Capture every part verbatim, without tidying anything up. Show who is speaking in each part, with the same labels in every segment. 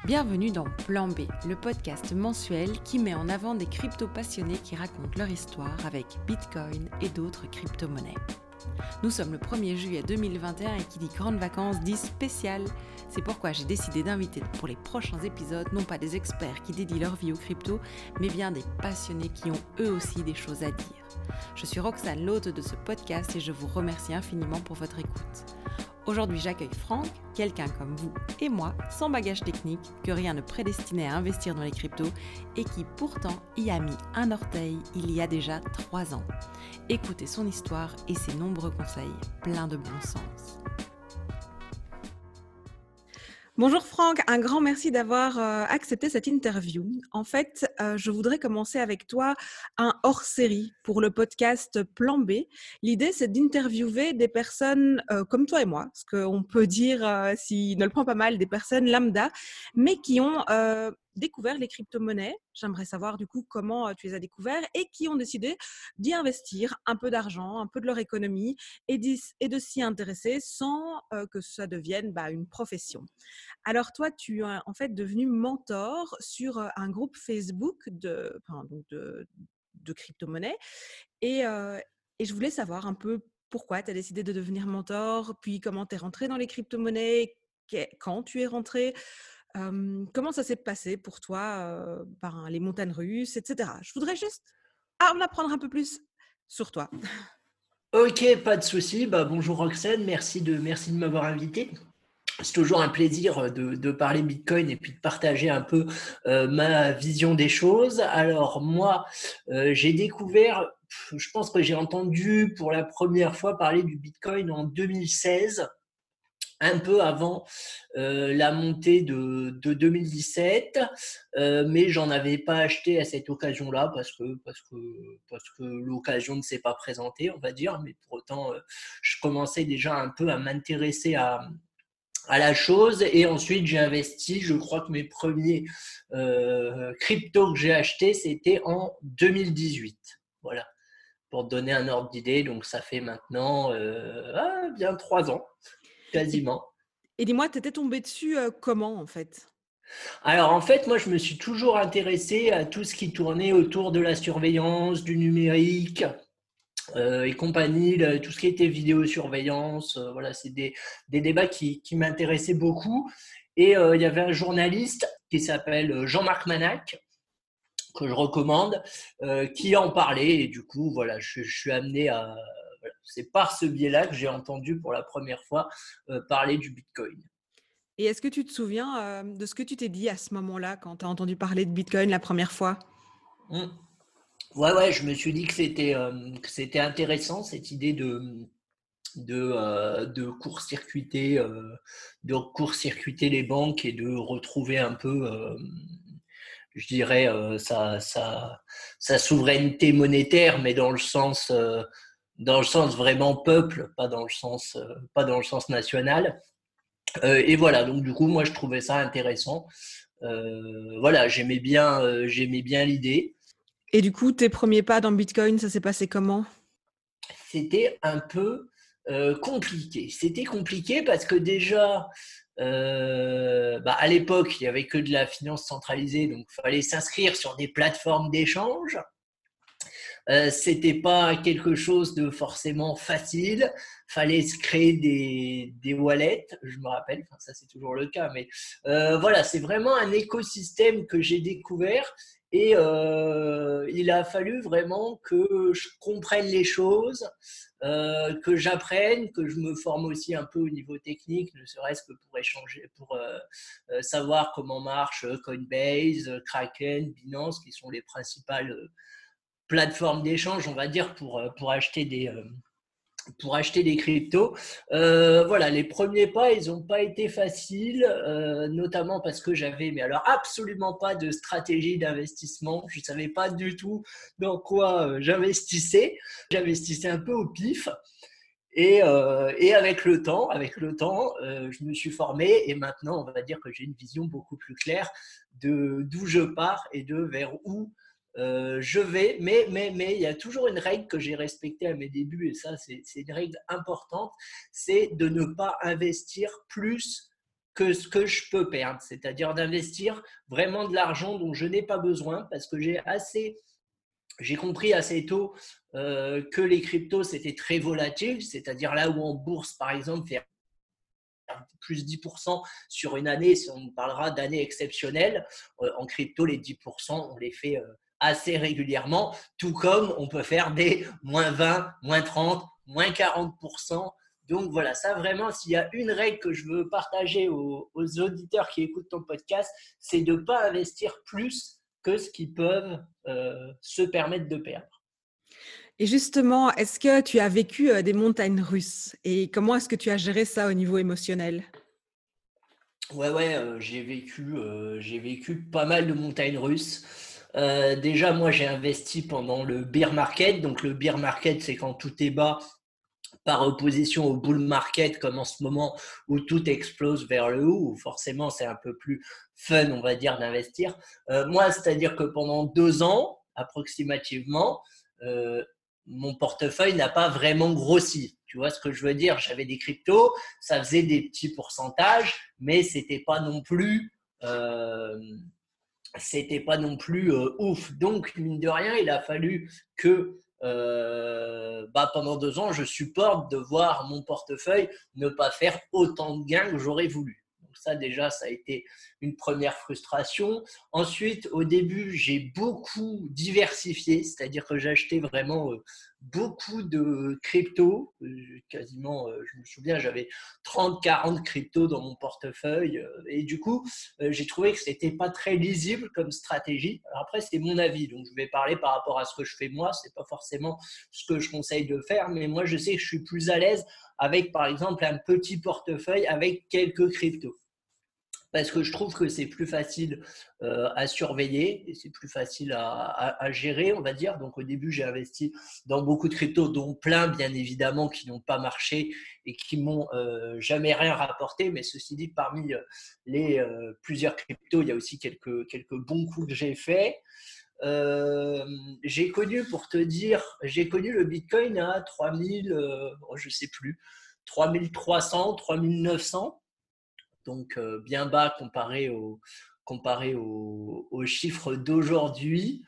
Speaker 1: Bienvenue dans Plan B, le podcast mensuel qui met en avant des crypto-passionnés qui racontent leur histoire avec Bitcoin et d'autres crypto-monnaies. Nous sommes le premier juillet deux mille vingt et un et qui dit grandes vacances dit spécial. C'est pourquoi j'ai décidé d'inviter pour les prochains épisodes non pas des experts qui dédient leur vie aux cryptos, mais bien des passionnés qui ont eux aussi des choses à dire. Je suis Roxane, l'hôte de ce podcast et je vous remercie infiniment pour votre écoute. Aujourd'hui, j'accueille Franck, quelqu'un comme vous et moi, sans bagage technique, que rien ne prédestinait à investir dans les cryptos et qui pourtant y a mis un orteil il y a déjà trois ans. Écoutez son histoire et ses nombreux conseils, pleins de bon sens. Bonjour Franck, un grand merci d'avoir euh, accepté cette interview. En fait, euh, je voudrais commencer avec toi un hors-série pour le podcast Plan B. L'idée, c'est d'interviewer des personnes euh, comme toi et moi, ce qu'on peut dire, euh, s'il ne le prend pas mal, des personnes lambda, mais qui ont euh, découvert les crypto-monnaies. J'aimerais savoir du coup comment euh, tu les as découvertes et qui ont décidé d'y investir un peu d'argent, un peu de leur économie et, et de s'y intéresser sans euh, que ça devienne bah, une profession. Alors toi, tu es en fait devenu mentor sur un groupe Facebook de, enfin, donc de, de crypto-monnaies et, euh, et je voulais savoir un peu pourquoi tu as décidé de devenir mentor, puis comment tu es rentré dans les crypto-monnaies, quand tu es rentré, euh, comment ça s'est passé pour toi, euh, ben, les montagnes russes, et cetera. Je voudrais juste en apprendre un peu plus sur toi.
Speaker 2: Ok, pas de souci. Bah, bonjour Roxane, merci de, merci de m'avoir invité. C'est toujours un plaisir de, de parler Bitcoin et puis de partager un peu euh, ma vision des choses. Alors moi, euh, j'ai découvert, je pense que j'ai entendu pour la première fois parler du Bitcoin en deux mille seize, un peu avant euh, la montée de, de deux mille dix-sept, euh, mais j'en avais pas acheté à cette occasion-là parce que parce que parce que l'occasion ne s'est pas présentée, on va dire. Mais pour autant, euh, je commençais déjà un peu à m'intéresser à à la chose et ensuite j'ai investi. Je crois que mes premiers euh, cryptos que j'ai achetés c'était en deux mille dix-huit. Voilà, pour te donner un ordre d'idée. Donc ça fait maintenant euh, ah, bien trois ans
Speaker 1: Et,
Speaker 2: quasiment.
Speaker 1: et dis-moi, tu étais tombée dessus euh, comment en fait?
Speaker 2: Alors en fait, moi je me suis toujours intéressé à tout ce qui tournait autour de la surveillance, du numérique euh, et compagnie, là, tout ce qui était vidéosurveillance. Euh, voilà, c'est des, des débats qui, qui m'intéressaient beaucoup. Et euh, il y avait un journaliste qui s'appelle Jean-Marc Manac, que je recommande, euh, qui en parlait. Et du coup, voilà, je, je suis amené à. Voilà, c'est par ce biais-là que j'ai entendu pour la première fois euh, parler du Bitcoin.
Speaker 1: Et est-ce que tu te souviens euh, de ce que tu t'es dit à ce moment-là quand tu as entendu parler de Bitcoin la première fois?
Speaker 2: Mmh. Ouais, ouais, je me suis dit que c'était euh, que c'était intéressant cette idée de de, euh, de court-circuiter euh, de court-circuiter les banques et de retrouver un peu, euh, je dirais, euh, sa, sa, sa souveraineté monétaire, mais dans le sens euh, dans le sens vraiment peuple, pas dans le sens euh, pas dans le sens national. Euh, et voilà, donc du coup, moi, je trouvais ça intéressant. Euh, voilà, j'aimais bien euh, j'aimais bien l'idée.
Speaker 1: Et du coup, tes premiers pas dans Bitcoin, ça s'est passé comment?
Speaker 2: C'était un peu euh, compliqué. C'était compliqué parce que déjà, euh, bah, à l'époque, il n'y avait que de la finance centralisée, donc il fallait s'inscrire sur des plateformes d'échange. Euh, c'était pas quelque chose de forcément facile. Fallait se créer des, des wallets, je me rappelle. Enfin, ça c'est toujours le cas, mais euh, voilà, c'est vraiment un écosystème que j'ai découvert et euh, il a fallu vraiment que je comprenne les choses, euh, que j'apprenne, que je me forme aussi un peu au niveau technique, ne serait-ce que pour échanger, pour euh, euh, savoir comment marche Coinbase, Kraken, Binance, qui sont les principales plateforme d'échange, on va dire, pour, pour acheter des, euh, pour acheter des cryptos. Euh, voilà, les premiers pas, ils n'ont pas été faciles, euh, notamment parce que j'avais, mais alors absolument pas de stratégie d'investissement. Je ne savais pas du tout dans quoi euh, j'investissais. J'investissais un peu au pif. Et, euh, et avec le temps, avec le temps, euh, je me suis formé et maintenant, on va dire que j'ai une vision beaucoup plus claire de d'où je pars et de vers où euh, je vais. Mais mais mais il y a toujours une règle que j'ai respectée à mes débuts et ça c'est c'est une règle importante, c'est de ne pas investir plus que ce que je peux perdre, c'est-à-dire d'investir vraiment de l'argent dont je n'ai pas besoin parce que j'ai assez, j'ai compris assez tôt euh, que les cryptos c'était très volatile, c'est-à-dire là où en bourse par exemple faire plus dix pour cent sur une année, si on parlera d'années exceptionnelles, euh, en crypto les dix pour cent on les fait euh, assez régulièrement, tout comme on peut faire des moins vingt, moins trente, moins quarante pour cent. Donc voilà, ça vraiment, s'il y a une règle que je veux partager aux, aux auditeurs qui écoutent ton podcast, c'est de ne pas investir plus que ce qu'ils peuvent euh, se permettre de perdre.
Speaker 1: Et justement, est-ce que tu as vécu euh, des montagnes russes et comment est-ce que tu as géré ça au niveau émotionnel?
Speaker 2: Ouais, ouais, euh, j'ai vécu, euh, j'ai vécu pas mal de montagnes russes. Euh, déjà, moi, j'ai investi pendant le bear market. Donc, le bear market, c'est quand tout est bas par opposition au bull market, comme en ce moment où tout explose vers le haut, où forcément, c'est un peu plus fun, on va dire, d'investir. Euh, moi, c'est-à-dire que pendant deux ans, approximativement, euh, mon portefeuille n'a pas vraiment grossi. Tu vois ce que je veux dire? J'avais des cryptos, ça faisait des petits pourcentages, mais c'était pas non plus, euh, c'était pas non plus euh, ouf. Donc mine de rien, il a fallu que euh, bah, pendant deux ans, je supporte de voir mon portefeuille ne pas faire autant de gains que j'aurais voulu. Donc ça déjà, ça a été une première frustration. Ensuite, au début, j'ai beaucoup diversifié, c'est-à-dire que j'achetais vraiment euh, beaucoup de cryptos. Quasiment, euh, je me souviens, j'avais trente quarante cryptos dans mon portefeuille. Euh, et du coup, euh, j'ai trouvé que ce n'était pas très lisible comme stratégie. Alors après, c'est mon avis, donc je vais parler par rapport à ce que je fais moi. Ce n'est pas forcément ce que je conseille de faire, mais moi, je sais que je suis plus à l'aise avec, par exemple, un petit portefeuille avec quelques cryptos. Parce que je trouve que c'est plus facile euh, à surveiller et c'est plus facile à, à, à gérer, on va dire. Donc, au début, j'ai investi dans beaucoup de cryptos, dont plein, bien évidemment, qui n'ont pas marché et qui m'ont euh, jamais rien rapporté. Mais ceci dit, parmi les euh, plusieurs cryptos, il y a aussi quelques, quelques bons coups que j'ai faits. Euh, j'ai connu, pour te dire, j'ai connu le Bitcoin à trois mille, euh, je ne sais plus, trois mille trois cents, trois mille neuf cents. Donc euh, bien bas comparé, au, comparé au, aux chiffres d'aujourd'hui.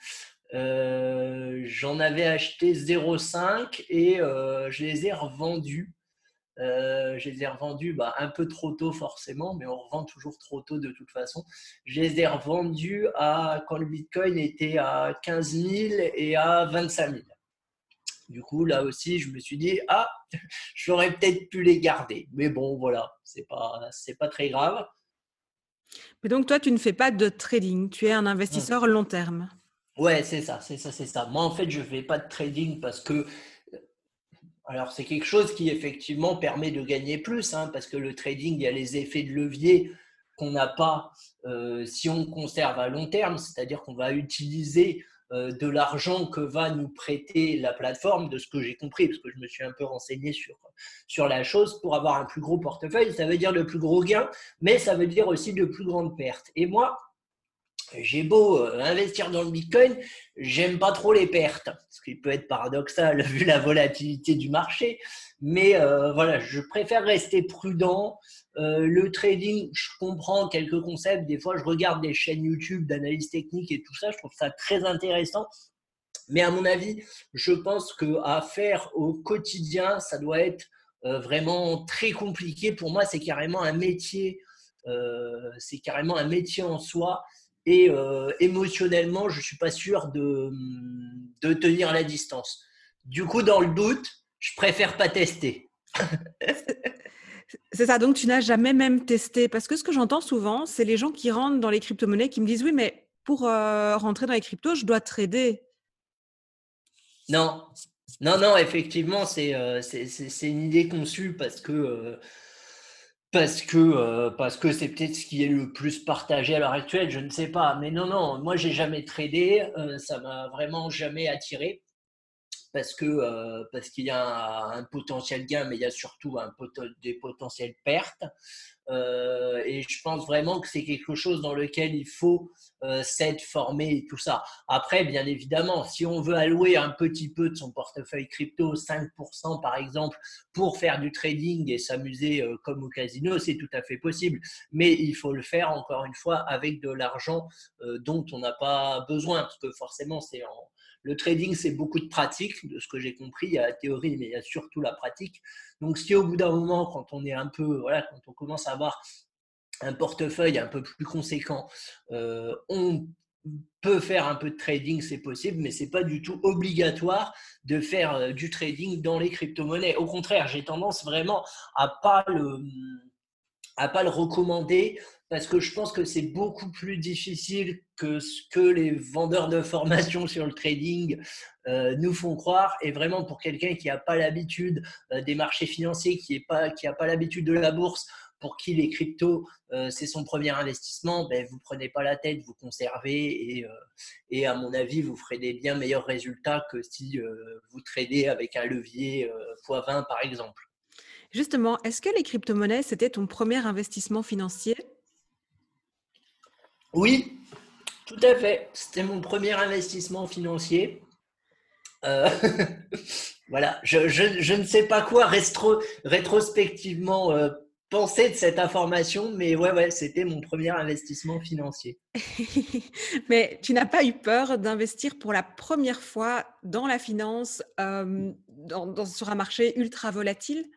Speaker 2: Euh, j'en avais acheté zéro virgule cinq et euh, je les ai revendus. Euh, je les ai revendus bah, un peu trop tôt forcément, mais on revend toujours trop tôt de toute façon. Je les ai revendus à, quand le Bitcoin était à quinze mille et à vingt-cinq mille. Du coup, là aussi, je me suis dit, ah, j'aurais peut-être pu les garder. Mais bon, voilà, c'est pas, c'est pas très grave.
Speaker 1: Mais donc, toi, tu ne fais pas de trading, tu es un
Speaker 2: Hum.
Speaker 1: investisseur long terme.
Speaker 2: Ouais, c'est ça, c'est ça, c'est ça. Moi, en fait, je fais pas de trading parce que, alors, c'est quelque chose qui effectivement permet de gagner plus, hein, parce que le trading, il y a les effets de levier qu'on n'a pas euh, si on conserve à long terme, c'est-à-dire qu'on va utiliser euh, de l'argent que va nous prêter la plateforme, de ce que j'ai compris, parce que je me suis un peu renseigné sur, sur la chose, pour avoir un plus gros portefeuille. Ça veut dire de plus gros gains, mais ça veut dire aussi de plus grandes pertes. Et moi, j'ai beau euh, investir dans le Bitcoin, j'aime pas trop les pertes, ce qui peut être paradoxal vu la volatilité du marché. Mais euh, voilà, je préfère rester prudent. Euh, le trading, je comprends quelques concepts. Des fois, je regarde des chaînes YouTube d'analyse technique et tout ça. Je trouve ça très intéressant. Mais à mon avis, je pense qu'à faire au quotidien, ça doit être euh, vraiment très compliqué. Pour moi, c'est carrément un métier. Euh, c'est carrément un métier en soi. Et euh, émotionnellement, je ne suis pas sûr de, de tenir la distance. Du coup, dans le doute, je préfère pas tester.
Speaker 1: C'est ça, donc tu n'as jamais même testé. Parce que ce que j'entends souvent, c'est les gens qui rentrent dans les crypto-monnaies qui me disent, oui, mais pour euh, rentrer dans les cryptos, je dois trader.
Speaker 2: Non, non, non, effectivement, c'est euh, c'est, c'est, c'est une idée conçue parce que euh, parce que euh, parce que c'est peut-être ce qui est le plus partagé à l'heure actuelle, je ne sais pas. Mais non, non, moi j'ai jamais tradé, euh, ça m'a vraiment jamais attiré. parce que euh, parce qu'il y a un, un potentiel gain, mais il y a surtout un poto- des potentielles pertes. Euh, et je pense vraiment que c'est quelque chose dans lequel il faut euh, s'être formé et tout ça. Après, bien évidemment, si on veut allouer un petit peu de son portefeuille crypto, cinq pour cent par exemple, pour faire du trading et s'amuser euh, comme au casino, c'est tout à fait possible. Mais il faut le faire, encore une fois, avec de l'argent euh, dont on n'a pas besoin, parce que forcément, c'est en... le trading, c'est beaucoup de pratique, de ce que j'ai compris. Il y a la théorie, mais il y a surtout la pratique. Donc, si au bout d'un moment, quand on est un peu, voilà, quand on commence à avoir un portefeuille un peu plus conséquent, euh, on peut faire un peu de trading, c'est possible, mais c'est pas du tout obligatoire de faire euh, du trading dans les crypto-monnaies. Au contraire, j'ai tendance vraiment à pas le à pas le recommander parce que je pense que c'est beaucoup plus difficile que ce que les vendeurs de formation sur le trading euh, nous font croire. Et vraiment, pour quelqu'un qui n'a pas l'habitude euh, des marchés financiers, qui n'a pas, qui a pas l'habitude de la bourse, pour qui les cryptos, euh, c'est son premier investissement, ben, vous ne prenez pas la tête, vous conservez et, euh, et à mon avis, vous ferez des bien meilleurs résultats que si euh, vous tradez avec un levier euh, fois vingt par exemple.
Speaker 1: Justement, est-ce que les crypto-monnaies, c'était ton premier investissement financier?
Speaker 2: Oui, tout à fait. C'était mon premier investissement financier. Euh, voilà, je, je, je, ne sais pas quoi rétro, rétrospectivement euh, penser de cette information, mais ouais, ouais, c'était mon premier investissement financier.
Speaker 1: Mais tu n'as pas eu peur d'investir pour la première fois dans la finance, euh, dans, dans, sur un marché ultra volatile?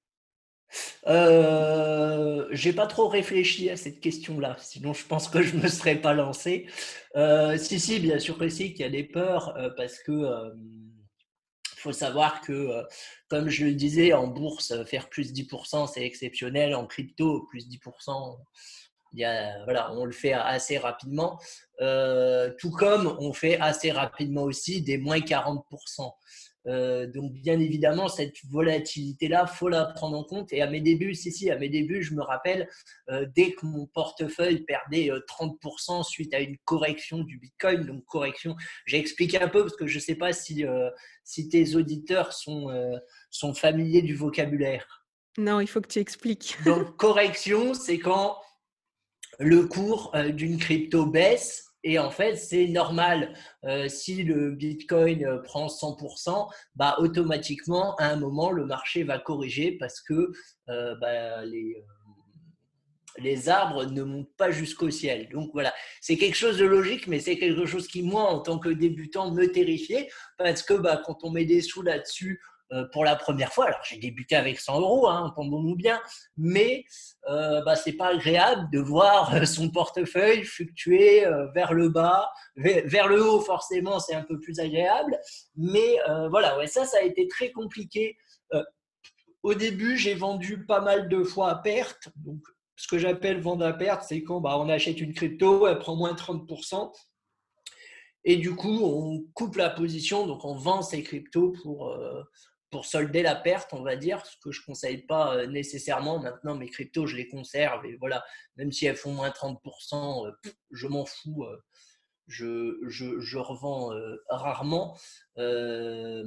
Speaker 2: Euh, j'ai pas trop réfléchi à cette question-là, sinon je pense que je me serais pas lancé. Euh, si, si, bien sûr que si, qu'il y a des peurs, euh, parce que euh, faut savoir que, euh, comme je le disais, en bourse, faire plus dix pour cent, c'est exceptionnel. En crypto, plus dix pour cent, il y a, voilà, on le fait assez rapidement. Euh, tout comme on fait assez rapidement aussi des moins quarante pour cent. Euh, donc, bien évidemment, cette volatilité-là, il faut la prendre en compte. Et à mes débuts, si, si, à mes débuts, je me rappelle, euh, dès que mon portefeuille perdait euh, trente pour cent suite à une correction du Bitcoin, donc correction, j'ai expliqué un peu parce que je ne sais pas si, euh, si tes auditeurs sont, euh, sont familiers du vocabulaire.
Speaker 1: Non, il faut que tu expliques.
Speaker 2: Donc, correction, c'est quand le cours euh, d'une crypto baisse. Et en fait, c'est normal. Euh, si le Bitcoin euh, prend cent pour cent, bah, automatiquement, à un moment, le marché va corriger parce que euh, bah, les, euh, les arbres ne montent pas jusqu'au ciel. Donc voilà, c'est quelque chose de logique, mais c'est quelque chose qui, moi, en tant que débutant, me terrifiait parce que bah, quand on met des sous là-dessus, euh, pour la première fois, alors j'ai débuté avec cent euros, hein, entendons-nous bien, mais euh, bah, c'est pas agréable de voir son portefeuille fluctuer euh, vers le bas, vers, vers le haut forcément c'est un peu plus agréable, mais euh, voilà, ouais, ça, ça a été très compliqué. Euh, au début, j'ai vendu pas mal de fois à perte, donc ce que j'appelle vendre à perte, c'est quand bah, on achète une crypto, elle prend moins trente pour cent, et du coup, on coupe la position, donc on vend ces cryptos pour, euh, pour solder la perte, on va dire, ce que je ne conseille pas euh, nécessairement. Maintenant, mes cryptos, je les conserve et voilà, même si elles font moins trente pour cent, euh, je m'en fous. Euh, je, je, je revends euh, rarement. Euh,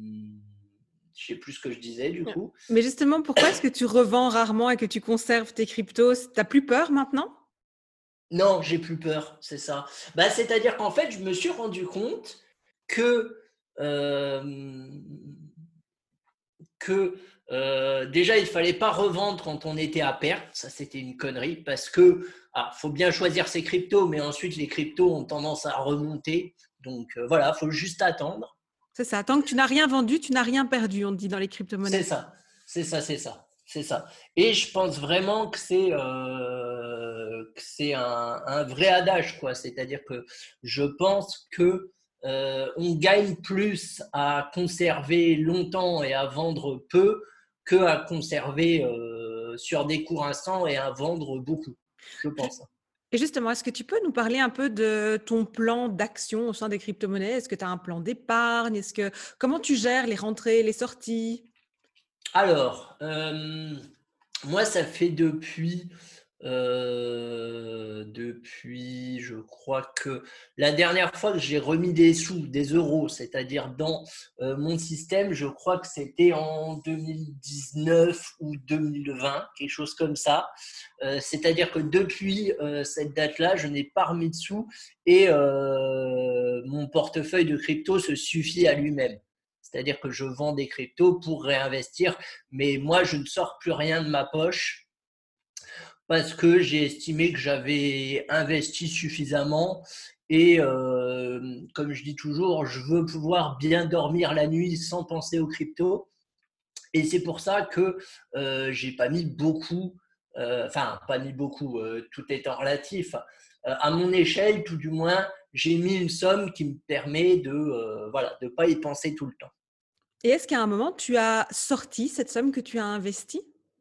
Speaker 2: je ne sais plus ce que je disais du coup.
Speaker 1: Mais justement, pourquoi est-ce que tu revends rarement et que tu conserves tes cryptos? Tu n'as plus peur maintenant?
Speaker 2: Non, j'ai plus peur, c'est ça. Bah, c'est-à-dire qu'en fait, je me suis rendu compte que euh, que euh, déjà, il ne fallait pas revendre quand on était à perte. Ça, c'était une connerie parce que ah, faut bien choisir ses cryptos, mais ensuite, les cryptos ont tendance à remonter. Donc euh, voilà, il faut juste attendre.
Speaker 1: C'est ça. Tant que tu n'as rien vendu, tu n'as rien perdu, on dit dans les
Speaker 2: C'est
Speaker 1: crypto-monnaies.
Speaker 2: ça, c'est ça, c'est ça, c'est ça. Et je pense vraiment que c'est euh, que c'est un, un vrai adage, quoi. C'est-à-dire que je pense que euh, on gagne plus à conserver longtemps et à vendre peu que à conserver euh, sur des courts instants et à vendre beaucoup. Je pense.
Speaker 1: Et justement, est-ce que tu peux nous parler un peu de ton plan d'action au sein des crypto-monnaies? Est-ce que tu as un plan d'épargne? Est-ce que comment tu gères les rentrées, les sorties?
Speaker 2: Alors, euh, moi, ça fait depuis euh, depuis, je crois que la dernière fois que j'ai remis des sous, des euros, c'est-à-dire dans euh, mon système, je crois que c'était en deux mille dix-neuf ou deux mille vingt, quelque chose comme ça. Euh, c'est-à-dire que depuis euh, cette date-là, je n'ai pas remis de sous et euh, mon portefeuille de crypto se suffit à lui-même. C'est-à-dire que je vends des cryptos pour réinvestir, mais moi, je ne sors plus rien de ma poche parce que j'ai estimé que j'avais investi suffisamment et euh, comme je dis toujours, je veux pouvoir bien dormir la nuit sans penser aux cryptos. Et c'est pour ça que euh, j'ai pas mis beaucoup, euh, enfin pas mis beaucoup, euh, tout étant relatif. Euh, à mon échelle, tout du moins, j'ai mis une somme qui me permet de euh, voilà de pas y penser tout le temps.
Speaker 1: Et est-ce qu'à un moment, tu as sorti cette somme que tu as investie?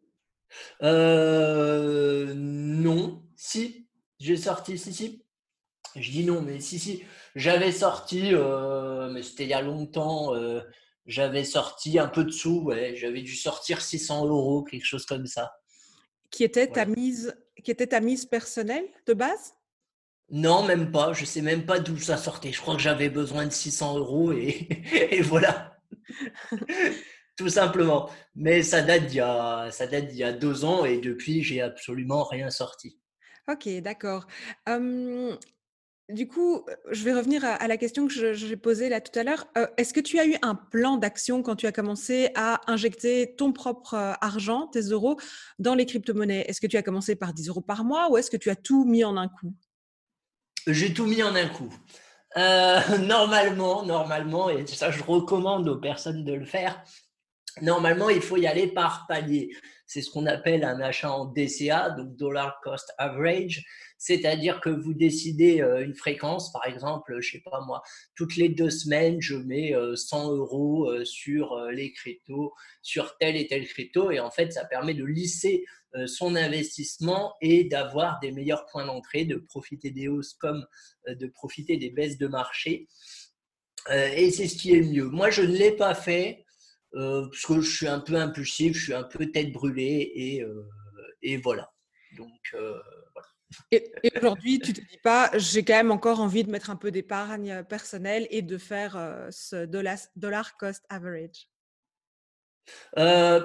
Speaker 2: Euh, non, si j'ai sorti, si si. Je dis non, mais si si, j'avais sorti, euh, mais c'était il y a longtemps. Euh, j'avais sorti un peu de sous, ouais, j'avais dû sortir six cents euros, quelque chose comme ça.
Speaker 1: Qui était ta
Speaker 2: Voilà.
Speaker 1: mise qui était ta mise personnelle de base?
Speaker 2: Non, même pas. Je sais même pas d'où ça sortait. Je crois que j'avais besoin de six cents euros et, et voilà, tout simplement. Mais ça date d'il y a, ça date d'il y a deux ans et depuis, j'ai absolument rien sorti.
Speaker 1: OK, d'accord. Hem, du coup, heu, je vais revenir à à la question que je j'ai posée là tout à l'heure. Heu, est-ce que tu as eu un plan d'action quand tu as commencé à injecter ton propre, heu, argent, tes euros dans les cryptomonnaies? Est-ce que tu as commencé par dix euros par mois ou est-ce que tu as tout mis en un coup?
Speaker 2: J'ai tout mis en un coup. Euh, normalement, normalement, et ça, je recommande aux personnes de le faire. Normalement, il faut y aller par palier. C'est ce qu'on appelle un achat en D C A, donc Dollar Cost Average, c'est-à-dire que vous décidez euh, une fréquence, par exemple, je sais pas moi, toutes les deux semaines, je mets euh, cent euros euh, sur euh, les cryptos, sur tel et tel crypto, et en fait, ça permet de lisser euh, son investissement et d'avoir des meilleurs points d'entrée, de profiter des hausses comme euh, de profiter des baisses de marché. Euh, et c'est ce qui est le mieux. Moi, je ne l'ai pas fait euh, parce que je suis un peu impulsif, je suis un peu tête brûlée et, euh, et voilà. Donc, euh, voilà.
Speaker 1: Et et aujourd'hui, tu te dis pas: «J'ai quand même encore envie de mettre un peu d'épargne, personnelle et de faire, heu, ce dollar dollar cost average»?
Speaker 2: Euh,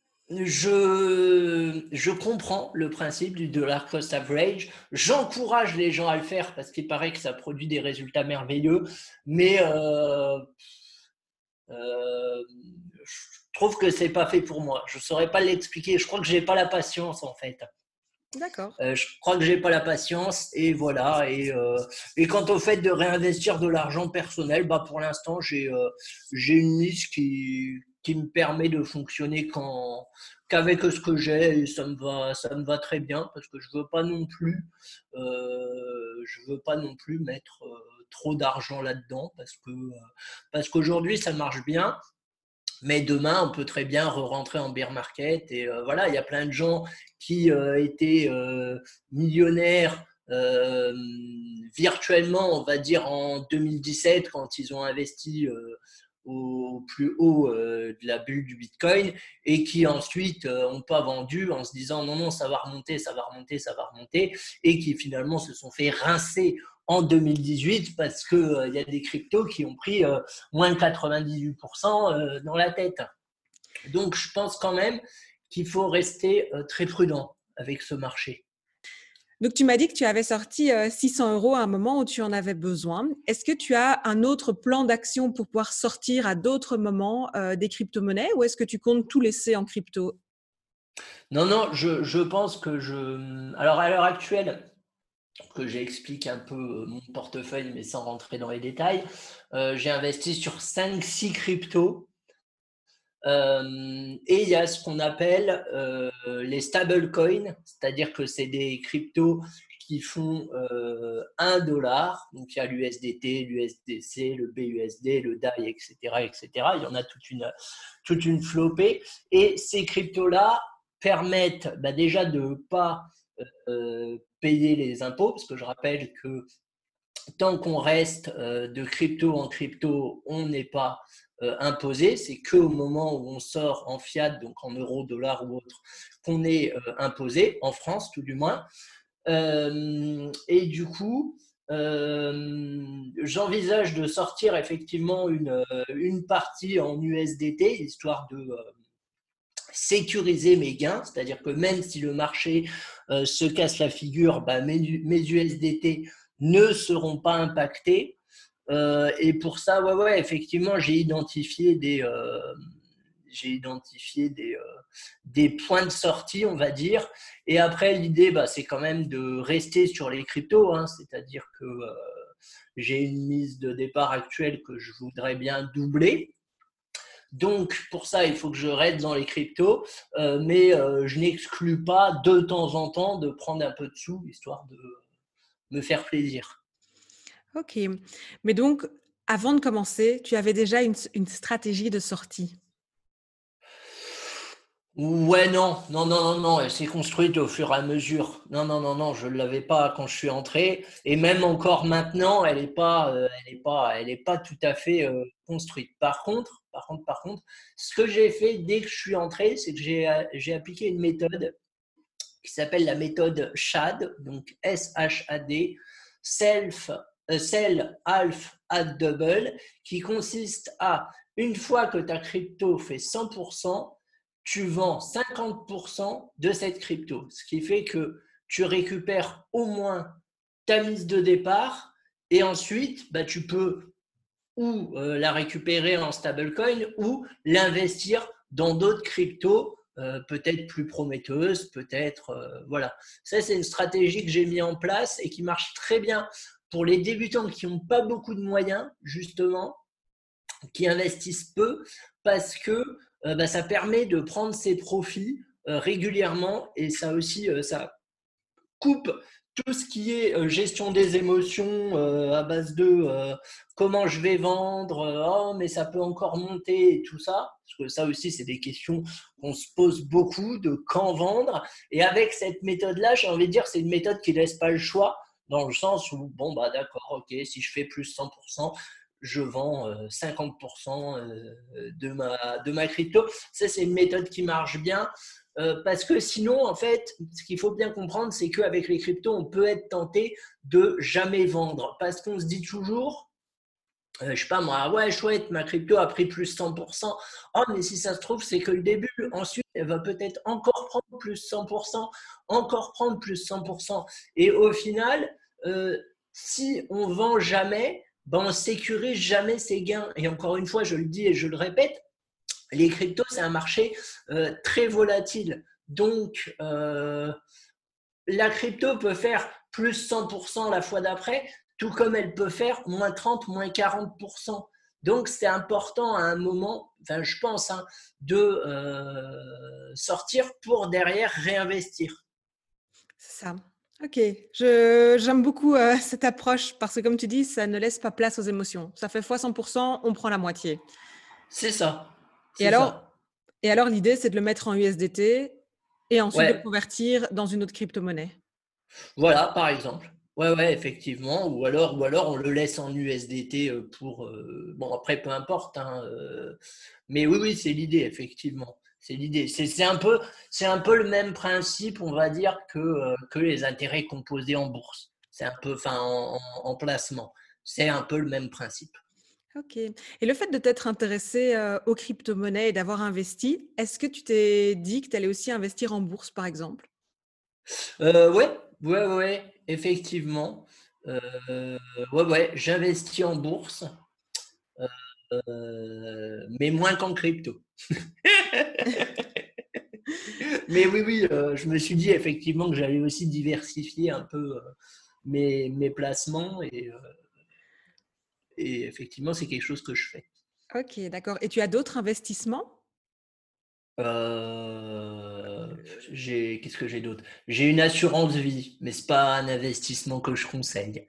Speaker 2: je, je comprends le principe du dollar cost average. J'encourage les gens à le faire parce qu'il paraît que ça produit des résultats merveilleux. Mais euh, euh, je trouve que c'est pas fait pour moi. Je saurais pas l'expliquer. Je crois que j'ai pas la patience en fait.
Speaker 1: D'accord.
Speaker 2: Euh, je crois que j'ai pas la patience et voilà. Et, euh, et quant au fait de réinvestir de l'argent personnel, bah pour l'instant j'ai euh, j'ai une niche qui qui me permet de fonctionner quand qu'avec ce que j'ai et ça me va ça me va très bien parce que je veux pas non plus euh, je veux pas non plus mettre euh, trop d'argent là-dedans parce que euh, parce qu'aujourd'hui ça marche bien mais demain, on peut très bien re-rentrer en bear market. Et euh, voilà, il y a plein de gens qui euh, étaient euh, millionnaires euh, virtuellement, on va dire en deux mille dix-sept, quand ils ont investi euh, au plus haut euh, de la bulle du Bitcoin et qui ensuite n'ont euh, pas vendu en se disant non, non, ça va remonter, ça va remonter, ça va remonter et qui finalement se sont fait rincer en deux mille dix-huit parce qu'il euh, y a des cryptos qui ont pris euh, moins de quatre-vingt-dix-huit pour cent euh, dans la tête. Donc, je pense quand même qu'il faut rester euh, très prudent avec ce marché.
Speaker 1: Donc tu m'as dit que tu avais sorti, heu, six cents euros € à un moment où tu en avais besoin. Est-ce que tu as un autre plan d'action pour pouvoir sortir à d'autres moments, heu, des cryptomonnaies ou est-ce que tu comptes tout laisser en crypto?
Speaker 2: Non, non, je, je pense que je... Alors, à l'heure actuelle, que j'explique un peu euh, mon portefeuille, mais sans rentrer dans les détails, euh, j'ai investi sur cinq six cryptos. Euh, et il y a ce qu'on appelle euh, les stablecoins, c'est-à-dire que c'est des cryptos qui font euh, un dollar. Donc il y a l'U S D T, l'U S D C, le B U S D, le D A I, et cetera, et cetera. Il y en a toute une, toute une flopée. Et ces cryptos-là permettent bah, déjà de ne pas euh, payer les impôts, parce que je rappelle que tant qu'on reste euh, de crypto en crypto, on n'est pas euh, imposé. C'est qu'au moment où on sort en fiat, donc en euros, dollars ou autre, qu'on est euh, imposé, en France tout du moins. Euh, et du coup, euh, j'envisage de sortir effectivement une, une partie en U S D T, histoire de euh, sécuriser mes gains, c'est-à-dire que même si le marché euh, se casse la figure, bah, mes, mes U S D T ne seront pas impactés. Euh, et pour ça, ouais, ouais, effectivement, j'ai identifié des, euh, j'ai identifié des, euh, des points de sortie, on va dire. Et après, l'idée, bah, c'est quand même de rester sur les cryptos, hein, c'est-à-dire que euh, j'ai une mise de départ actuelle que je voudrais bien doubler. Donc, pour ça, il faut que je reste dans les cryptos, euh, mais euh, je n'exclus pas de temps en temps de prendre un peu de sous, histoire de me faire plaisir.
Speaker 1: Ok. Mais donc, avant de commencer, tu avais déjà une, une stratégie de sortie.
Speaker 2: Ouais, non, non, non, non, non, elle s'est construite au fur et à mesure. Non, non, non, non, je ne l'avais pas quand je suis entré. Et même encore maintenant, elle n'est pas, euh, elle est pas, elle est pas tout à fait euh, construite. Par contre, par contre, par contre, ce que j'ai fait dès que je suis entré, c'est que j'ai, euh, j'ai appliqué une méthode qui s'appelle la méthode S H A D, donc S H A D, Self, euh, Sell, Half, Add Double, qui consiste à, une fois que ta crypto fait cent pour cent, tu vends cinquante pour cent de cette crypto. Ce qui fait que tu récupères au moins ta mise de départ et ensuite, bah, tu peux ou euh, la récupérer en stablecoin ou l'investir dans d'autres cryptos, euh, peut-être plus prometteuses, peut-être… Euh, voilà. Ça, c'est une stratégie que j'ai mis en place et qui marche très bien pour les débutants qui n'ont pas beaucoup de moyens, justement, qui investissent peu, parce que euh, bah, ça permet de prendre ses profits euh, régulièrement et ça aussi, euh, ça coupe tout ce qui est euh, gestion des émotions euh, à base de euh, comment je vais vendre, euh, oh mais ça peut encore monter et tout ça, parce que ça aussi c'est des questions qu'on se pose beaucoup, de quand vendre. Et avec cette méthode-là, j'ai envie de dire, c'est une méthode qui ne laisse pas le choix, dans le sens où, bon bah d'accord, ok, si je fais plus cent pour cent, je vends euh, cinquante pour cent de ma, de ma crypto. Ça, c'est une méthode qui marche bien. Euh, parce que sinon, en fait, ce qu'il faut bien comprendre, c'est qu'avec les cryptos, on peut être tenté de jamais vendre. Parce qu'on se dit toujours, euh, je ne sais pas moi, ouais, chouette, ma crypto a pris plus cent pour cent. Oh, mais si ça se trouve, c'est que le début. Ensuite, elle va peut-être encore prendre plus cent pour cent, encore prendre plus cent pour cent. Et au final, euh, si on ne vend jamais, ben on ne sécurise jamais ses gains. Et encore une fois, je le dis et je le répète, les cryptos, c'est un marché euh, très volatile. Donc, euh, la crypto peut faire plus cent pour cent la fois d'après, tout comme elle peut faire moins trente, moins quarante pour cent. Donc, c'est important à un moment, enfin, je pense, hein, de euh, sortir pour derrière réinvestir.
Speaker 1: C'est ça. Ok, je, j'aime beaucoup euh, cette approche parce que comme tu dis, ça ne laisse pas place aux émotions. Ça fait fois cent pour cent, on prend la moitié.
Speaker 2: C'est ça.
Speaker 1: Et
Speaker 2: C'est
Speaker 1: alors,
Speaker 2: ça.
Speaker 1: et alors l'idée, c'est de le mettre en U S D T et ensuite de le
Speaker 2: Ouais,
Speaker 1: convertir dans une autre crypto-monnaie.
Speaker 2: voilà, par exemple. Ouais, ouais, effectivement. Ou alors, ou alors on le laisse en U S D T pour… euh, bon, après, peu importe. Hein, euh, mais oui, oui, c'est l'idée, effectivement. C'est l'idée. C'est c'est un peu, c'est un peu le même principe, on va dire, que, euh, que les intérêts composés en bourse. C'est un peu, enfin, en, en- en placement. C'est un peu le même principe.
Speaker 1: Ok. Et le fait de t'être intéressé euh, aux crypto-monnaies et d'avoir investi, est-ce que tu t'es dit que tu allais aussi investir en bourse, par exemple?
Speaker 2: Euh, ouais, ouais, ouais, effectivement. Euh, ouais, ouais, j'investis en bourse, euh, mais moins qu'en crypto. Mais oui, oui, euh, je me suis dit effectivement que j'allais aussi diversifier un peu euh, mes, mes placements et, euh, et effectivement, c'est quelque chose que je fais.
Speaker 1: Ok, d'accord. Et tu as d'autres investissements?
Speaker 2: Euh, j'ai, qu'est-ce que j'ai d'autre? J'ai une assurance vie, mais c'est pas un investissement que je conseille.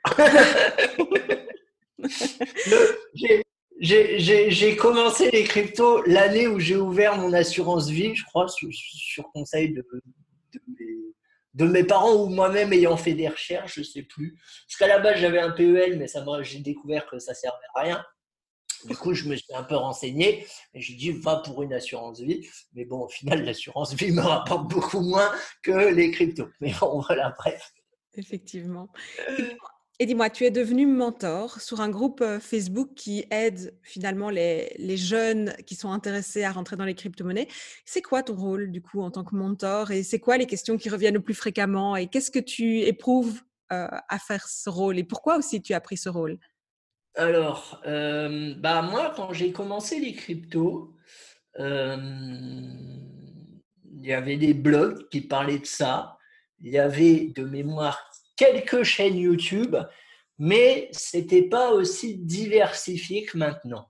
Speaker 2: Le- j'ai, j'ai, j'ai- j'ai commencé les cryptos l'année où j'ai ouvert mon assurance vie, je crois, sur, sur conseil de, de mes, de mes parents ou moi-même ayant fait des recherches, je sais plus. Parce qu'à la base, j'avais un P E L, mais ça m'a, j'ai découvert que ça servait à rien. Du coup, je me suis un peu renseigné et j'ai dit, va pour une assurance vie. Mais bon, au final, l'assurance vie me rapporte beaucoup moins que les cryptos. Mais bon, voilà, bref.
Speaker 1: Effectivement. Et dis-moi et dis-moi, tu es devenu mentor sur un groupe, heu, Facebook qui aide finalement les les jeunes qui sont intéressés à rentrer dans les cryptomonnaies. C'est quoi ton rôle du coup en tant que mentor et c'est quoi les questions qui reviennent le plus fréquemment et qu'est-ce que tu éprouves, heu, à faire ce rôle et pourquoi aussi tu as pris ce rôle?
Speaker 2: Alors, euh, bah moi, quand j'ai commencé les cryptos, euh, il y avait des blogs qui parlaient de ça. Il y avait de mémoire quelques chaînes YouTube, mais c'était pas aussi diversifié que maintenant.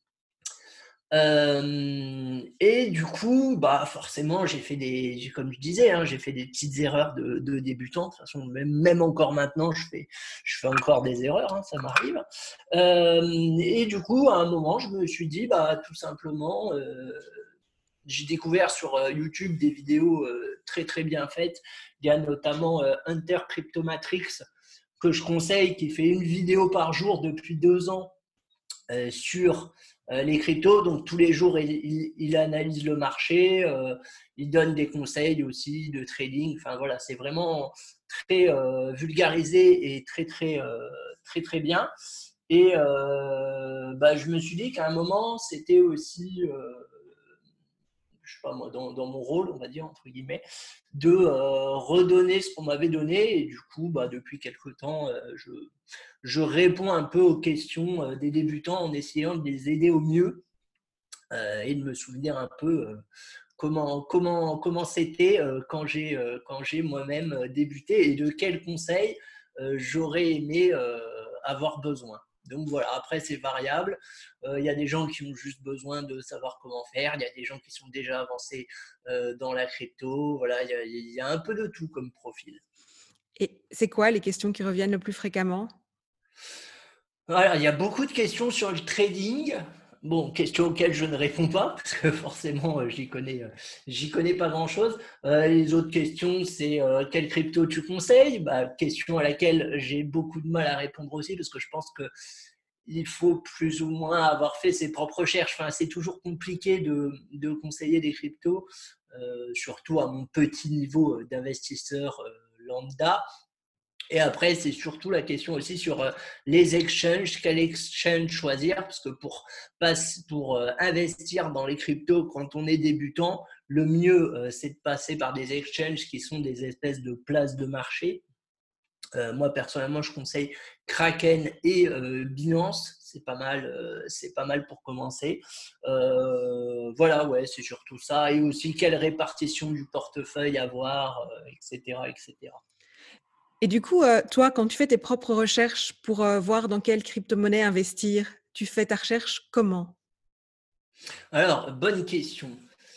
Speaker 2: Euh, et du coup, bah forcément, j'ai fait des, comme je disais, hein, j'ai fait des petites erreurs de, de débutant. De toute façon, même, même encore maintenant, je fais, je fais encore des erreurs, hein, ça m'arrive. Euh, et du coup, à un moment, je me suis dit, bah tout simplement, euh, j'ai découvert sur euh, YouTube des vidéos euh, très très bien faites. Il y a notamment euh, Hunter Cryptomatrix que je conseille, qui fait une vidéo par jour depuis deux ans euh, sur euh, les cryptos. Donc tous les jours, il, il, il analyse le marché, euh, il donne des conseils aussi de trading. Enfin voilà, c'est vraiment très euh, vulgarisé et très très euh, très très bien. Et euh, bah, je me suis dit qu'à un moment, c'était aussi euh, je sais pas moi, dans, dans, mon rôle, on va dire, entre guillemets, de euh, redonner ce qu'on m'avait donné. Et du coup, bah, depuis quelques temps, euh, je, je réponds un peu aux questions euh, des débutants en essayant de les aider au mieux euh, et de me souvenir un peu euh, comment, comment, comment c'était euh, quand j'ai euh, quand j'ai moi-même débuté et de quels conseils euh, j'aurais aimé euh, avoir besoin. Donc voilà, après c'est variable. Il euh, y a des gens qui ont juste besoin de savoir comment faire. Il y a des gens qui sont déjà avancés euh, dans la crypto. Voilà, il y, y a un peu de tout comme profil.
Speaker 1: Et c'est quoi les questions qui reviennent le plus fréquemment?
Speaker 2: Voilà, il y a beaucoup de questions sur le trading. Bon, questions auxquelles je ne réponds pas parce que forcément, euh, j'y connais, euh, j'y connais pas grand-chose. Euh, les autres questions, c'est euh, quelle crypto tu conseilles? Bah, question à laquelle j'ai beaucoup de mal à répondre aussi parce que je pense que il faut plus ou moins avoir fait ses propres recherches. Enfin, c'est toujours compliqué de, de conseiller des cryptos, euh, surtout à mon petit niveau d'investisseur euh, lambda. Et après, c'est surtout la question aussi sur euh, les exchanges, quel exchange choisir, parce que pour, passe, pour euh, investir dans les cryptos quand on est débutant, le mieux, euh, c'est de passer par des exchanges qui sont des espèces de places de marché. Euh, moi, personnellement, je conseille Kraken et euh, Binance. C'est pas mal, euh, c'est pas mal pour commencer. Euh, voilà, ouais, c'est surtout ça. Et aussi, quelle répartition du portefeuille avoir, euh, et cetera, et cetera.
Speaker 1: Et du coup, heu, toi, quand tu fais tes propres recherches pour, heu, voir dans quelle crypto-monnaie investir, tu fais ta recherche comment?
Speaker 2: Alors, bonne question.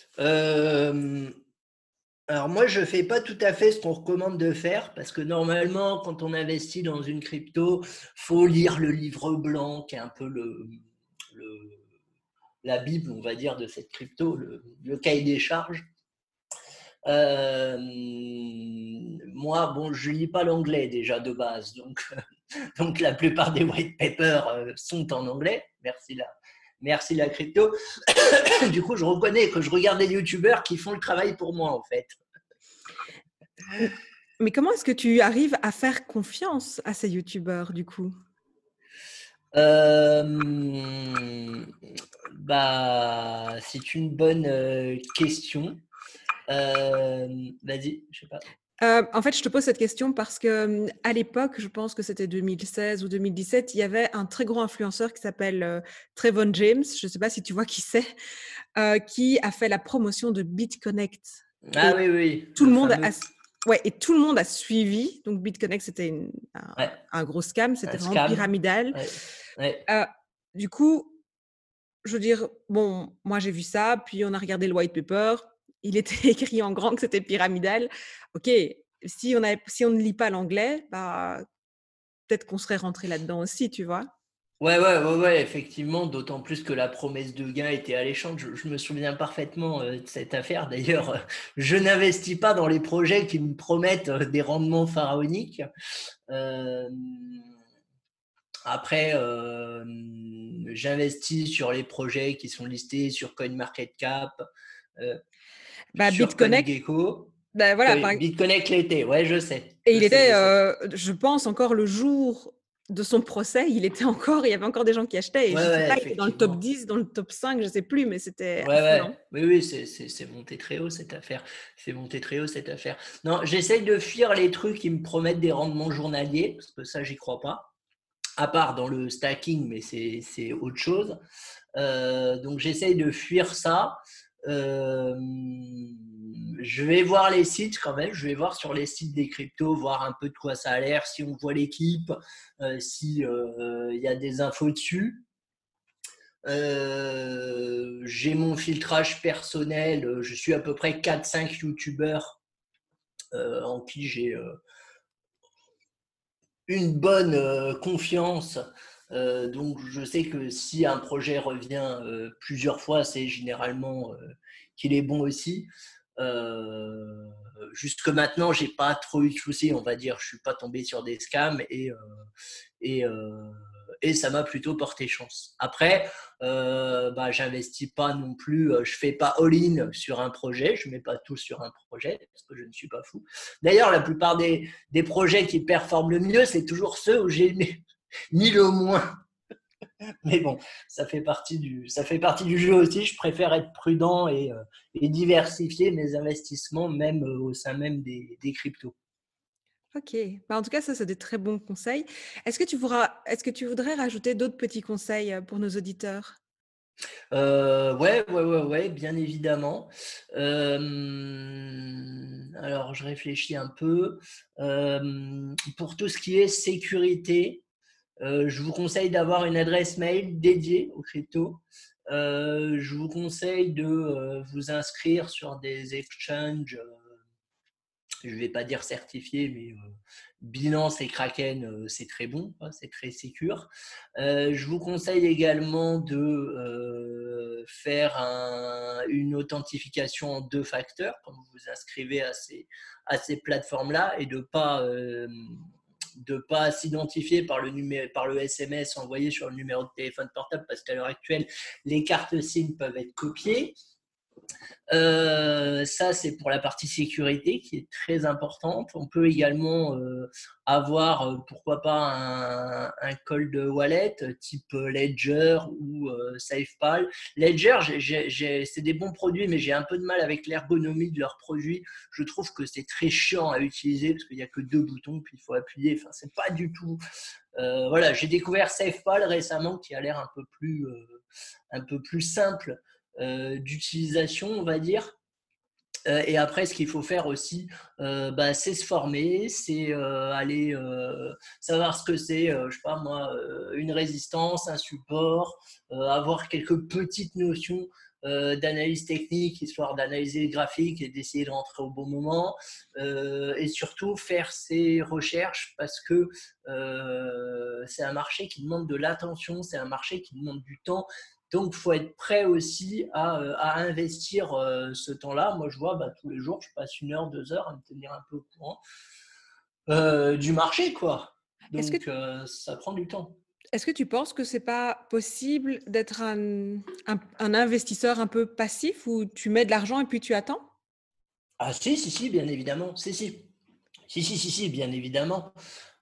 Speaker 2: Euh, alors moi, je ne fais pas tout à fait ce qu'on recommande de faire parce que normalement, quand on investit dans une crypto, faut lire le livre blanc qui est un peu le, le la Bible, on va dire, de cette crypto, le, le cahier des charges. Euh, moi, bon, je lis pas l'anglais déjà de base, donc, donc la plupart des white papers euh, sont en anglais. Merci la, merci la crypto. Du coup, je reconnais que je regarde des youtubeurs qui font le travail pour moi, en fait.
Speaker 1: Mais comment est-ce que tu arrives à faire confiance à ces youtubeurs, du coup?
Speaker 2: Euh, bah, c'est une bonne euh, question. Euh, vas-y, je sais pas.
Speaker 1: Heu, en fait, je te pose cette question parce que, mmh, à l'époque, je pense que c'était deux mille seize ou deux mille dix-sept, il y avait un très gros influenceur qui s'appelle, heu, Trayvon James, je ne sais pas si tu vois qui c'est, heu, qui a fait la promotion de BitConnect
Speaker 2: Ah
Speaker 1: et
Speaker 2: oui, oui,
Speaker 1: tout
Speaker 2: le
Speaker 1: le monde a
Speaker 2: fameux.
Speaker 1: s ouais et tout le monde a suivi. Donc BitConnect, c'était une un
Speaker 2: Ouais,
Speaker 1: un gros scam, c'était
Speaker 2: un
Speaker 1: vraiment
Speaker 2: scam.
Speaker 1: pyramidal.
Speaker 2: Ouais, ouais.
Speaker 1: Heu, du coup, je veux dire, bon, moi j'ai vu ça, puis on a regardé le white paper. Il était écrit en grand que c'était pyramidal. OK, si on avait si on ne lit pas l'anglais, bah, peut-être qu'on serait rentré là-dedans aussi, tu vois?
Speaker 2: Ouais, ouais, ouais, ouais, effectivement, d'autant plus que la promesse de gain était alléchante. Je, je me souviens parfaitement euh, de cette affaire. D'ailleurs, euh, je n'investis pas dans les projets qui me promettent euh, des rendements pharaoniques. Euh, Après, euh, j'investis sur les projets qui sont listés sur CoinMarketCap, euh,
Speaker 1: Bah,
Speaker 2: sur
Speaker 1: BitConnect,
Speaker 2: CoinGecko.
Speaker 1: bah, voilà, par
Speaker 2: BitConnect l'était, ouais, je sais.
Speaker 1: et
Speaker 2: Je
Speaker 1: il
Speaker 2: sais,
Speaker 1: était,
Speaker 2: je sais.
Speaker 1: euh, je pense, encore le jour de son procès, il était encore, il y avait encore des gens qui achetaient. Et
Speaker 2: Ouais,
Speaker 1: je sais
Speaker 2: ouais,
Speaker 1: pas, il était dans le top
Speaker 2: effectivement.
Speaker 1: dix, dans le top cinq, je sais plus, mais c'était
Speaker 2: Ouais, ouais.
Speaker 1: affolant.
Speaker 2: Oui, oui, c'est, c'est, c'est monté très haut cette affaire. C'est monté très haut cette affaire. Non, j'essaye de fuir les trucs qui me promettent des rendements journaliers, parce que ça, j'y crois pas. À part dans le stacking, mais c'est, c'est autre chose. Euh, donc, j'essaye de fuir ça. Euh, je vais voir les sites quand même. Je vais voir sur les sites des cryptos, voir un peu de quoi ça a l'air, si on voit l'équipe, euh, si il euh, y a des infos dessus. Euh, j'ai mon filtrage personnel. Je suis à peu près quatre cinq youtubeurs euh, en qui j'ai euh, une bonne euh, confiance. Euh, donc, je sais que si un projet revient euh, plusieurs fois, c'est généralement euh, qu'il est bon aussi. Euh, jusque maintenant, j'ai pas trop eu de soucis, on va dire. Je suis pas tombé sur des scams et euh, et euh, et ça m'a plutôt porté chance. Après, euh, bah, j'investis pas non plus, euh, je fais pas all-in sur un projet, je mets pas tout sur un projet parce que je ne suis pas fou. D'ailleurs, la plupart des, des projets qui performent le mieux, c'est toujours ceux où j'ai mis, mis le moins. Mais bon, ça fait partie du, ça fait partie du jeu aussi. Je préfère être prudent et, euh, et diversifier mes investissements, même euh, au sein même des, des cryptos.
Speaker 1: Ok, bah, en tout cas, ça, c'est des très bons conseils. Est-ce que tu voudras, est-ce que tu voudrais rajouter d'autres petits conseils euh, pour nos auditeurs?
Speaker 2: Euh, ouais, ouais, ouais, ouais, bien évidemment. Euh, alors, je réfléchis un peu. Euh, pour tout ce qui est sécurité, euh, je vous conseille d'avoir une adresse mail dédiée aux cryptos. Euh, je vous conseille de euh, vous inscrire sur des exchanges, euh, je ne vais pas dire certifiés, mais euh, Binance et Kraken, euh, c'est très bon, hein, c'est très sécure. Euh, je vous conseille également de euh, faire un, une authentification en deux facteurs quand vous vous inscrivez à ces, à ces plateformes-là et de ne pas, euh, de pas s'identifier par le, numé- par le S M S envoyé sur le numéro de téléphone portable parce qu'à l'heure actuelle, les cartes SIM peuvent être copiées. Euh, ça, c'est pour la partie sécurité qui est très importante. On peut également euh, avoir, euh, pourquoi pas, un, un cold wallet type Ledger ou euh, SafePal. Ledger, j'ai, j'ai, c'est des bons produits, mais j'ai un peu de mal avec l'ergonomie de leurs produits. Je trouve que c'est très chiant à utiliser parce qu'il n'y a que deux boutons, puis il faut appuyer. Enfin, c'est pas du tout. Euh, voilà, j'ai découvert SafePal récemment qui a l'air un peu plus, euh, un peu plus simple euh, d'utilisation, on va dire. Euh, et après, ce qu'il faut faire aussi, euh, bah, c'est se former, c'est euh, aller euh, savoir ce que c'est, euh, je sais pas moi, euh, une résistance, un support, euh, avoir quelques petites notions euh, d'analyse technique, histoire d'analyser les graphiques et d'essayer de rentrer au bon moment. Euh, et surtout, faire ses recherches parce que euh, c'est un marché qui demande de l'attention, c'est un marché qui demande du temps. Donc, il faut être prêt aussi à, à investir euh, ce temps-là. Moi, je vois, bah, tous les jours, je passe une heure, deux heures à me tenir un peu au courant euh, du marché, quoi.
Speaker 1: Est-ce que,
Speaker 2: Donc, euh, ça prend du temps.
Speaker 1: est-ce que tu penses que c'est pas possible d'être un, un, un investisseur un peu passif où tu mets de l'argent et puis tu attends?
Speaker 2: Ah, si, si, si, bien évidemment. Si, si. Si, si, si, si, bien évidemment.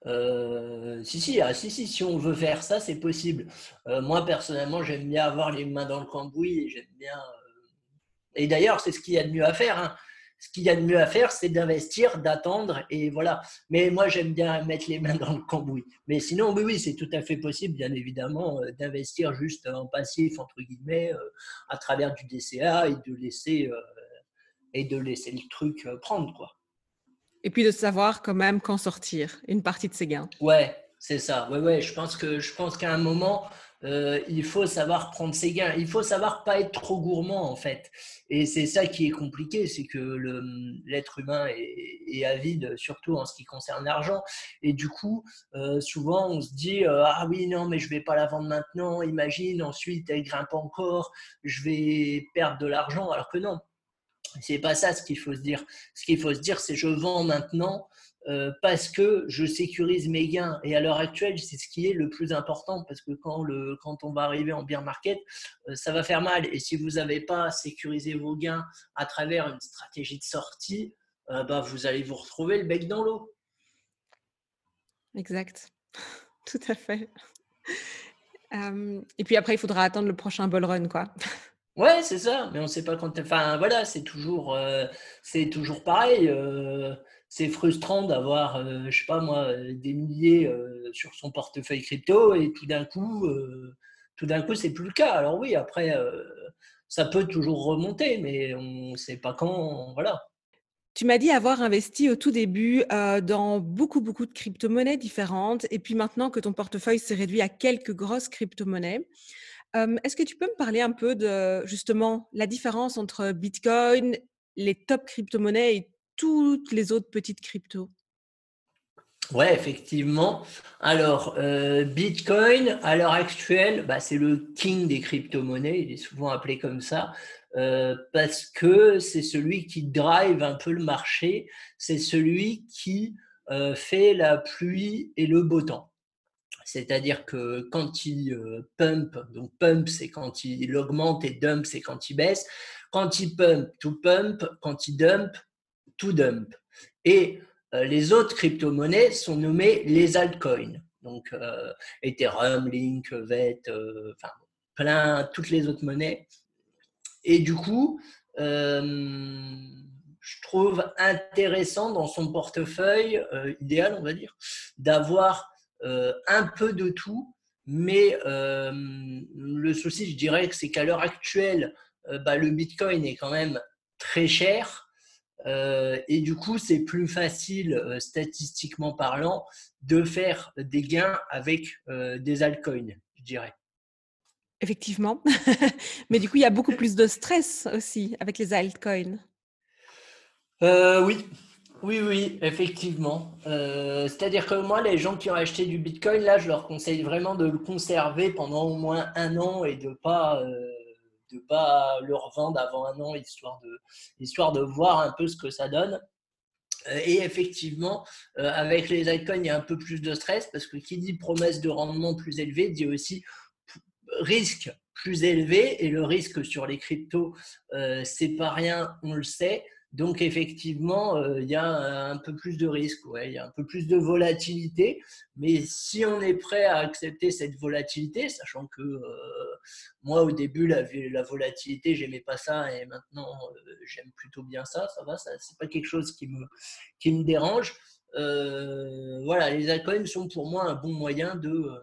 Speaker 2: Euh, si, si, ah, si, si, si on veut faire ça, c'est possible. Euh, moi, personnellement, j'aime bien avoir les mains dans le cambouis et j'aime bien. Et d'ailleurs, c'est ce qu'il y a de mieux à faire. Hein. Ce qu'il y a de mieux à faire, c'est d'investir, d'attendre, et voilà. Mais moi, j'aime bien mettre les mains dans le cambouis. Mais sinon, oui, oui, c'est tout à fait possible, bien évidemment, euh, d'investir juste en passif, entre guillemets, euh, à travers du D C A et de laisser, euh, et de laisser le truc euh, prendre, quoi.
Speaker 1: Et puis de savoir quand même quand sortir une partie de ses gains.
Speaker 2: Ouais, c'est ça. Ouais, ouais, je pense que je pense qu'à un moment, euh, il faut savoir prendre ses gains. Il faut savoir pas être trop gourmand, en fait. Et c'est ça qui est compliqué, c'est que le, l'être humain est, est avide, surtout en ce qui concerne l'argent. Et du coup, euh, souvent, on se dit euh, ah oui, non, mais je vais pas la vendre maintenant. Imagine, ensuite, elle grimpe encore. Je vais perdre de l'argent. Alors que non. C'est pas ça ce qu'il faut se dire. Ce qu'il faut se dire, c'est je vends maintenant euh, parce que je sécurise mes gains. Et à l'heure actuelle, c'est ce qui est le plus important parce que quand, le, quand on va arriver en bear market, euh, ça va faire mal. Et si vous n'avez pas sécurisé vos gains à travers une stratégie de sortie, euh, bah, vous allez vous retrouver le bec dans l'eau.
Speaker 1: Exact. Tout à fait. Euh, et puis après, il faudra attendre le prochain bull run, quoi.
Speaker 2: Ouais, c'est ça, mais on ne sait pas quand. Enfin, voilà, c'est toujours, euh, c'est toujours pareil. Euh, c'est frustrant d'avoir, euh, je sais pas moi, euh, des milliers euh, sur son portefeuille crypto et tout d'un coup, euh, tout d'un coup, c'est plus le cas. Alors oui, après, euh, ça peut toujours remonter, mais on ne sait pas quand. Voilà.
Speaker 1: Tu m'as dit avoir investi au tout début euh, dans beaucoup, beaucoup de crypto-monnaies différentes. Et puis maintenant que ton portefeuille s'est réduit à quelques grosses crypto-monnaies, euh, est-ce que tu peux me parler un peu de justement la différence entre Bitcoin, les top crypto-monnaies et toutes les autres petites cryptos?
Speaker 2: Ouais, effectivement. Alors, euh, Bitcoin, à l'heure actuelle, bah, c'est le king des crypto-monnaies. Il est souvent appelé comme ça euh, parce que c'est celui qui drive un peu le marché. C'est celui qui euh, fait la pluie et le beau temps. C'est-à-dire que quand il euh, pump, donc pump, c'est quand il augmente et dump, c'est quand il baisse. Quand il pump, tout pump. Quand il dump, tout dump. Et euh, les autres crypto-monnaies sont nommées les altcoins. Donc euh, Ethereum, Link, V E T, euh, enfin plein, toutes les autres monnaies. Et du coup, euh, je trouve intéressant dans son portefeuille euh, idéal, on va dire, d'avoir euh, un peu de tout. Mais euh, le souci, je dirais que c'est qu'à l'heure actuelle, euh, bah, le Bitcoin est quand même très cher. Euh, et du coup, c'est plus facile, euh, statistiquement parlant, de faire des gains avec euh, des altcoins, je dirais.
Speaker 1: Effectivement. Mais du coup, il y a beaucoup plus de stress aussi avec les altcoins.
Speaker 2: Euh, oui, oui, oui, effectivement. Euh, c'est-à-dire que moi, les gens qui ont acheté du Bitcoin, là, je leur conseille vraiment de le conserver pendant au moins un an et de pas, euh, de pas le revendre avant un an, histoire de, histoire de voir un peu ce que ça donne. Et effectivement, euh, avec les altcoins, il y a un peu plus de stress parce que qui dit promesse de rendement plus élevée dit aussi risque plus élevé. Et le risque sur les cryptos, euh, c'est pas rien, on le sait. Donc effectivement, euh, il y a un peu plus de risque, ouais, il y a un peu plus de volatilité. Mais si on est prêt à accepter cette volatilité, sachant que euh, moi au début la, la volatilité, j'aimais pas ça et maintenant euh, j'aime plutôt bien ça, ça va, ça, c'est pas quelque chose qui me, qui me dérange. Euh, voilà, les altcoins sont pour moi un bon moyen de euh,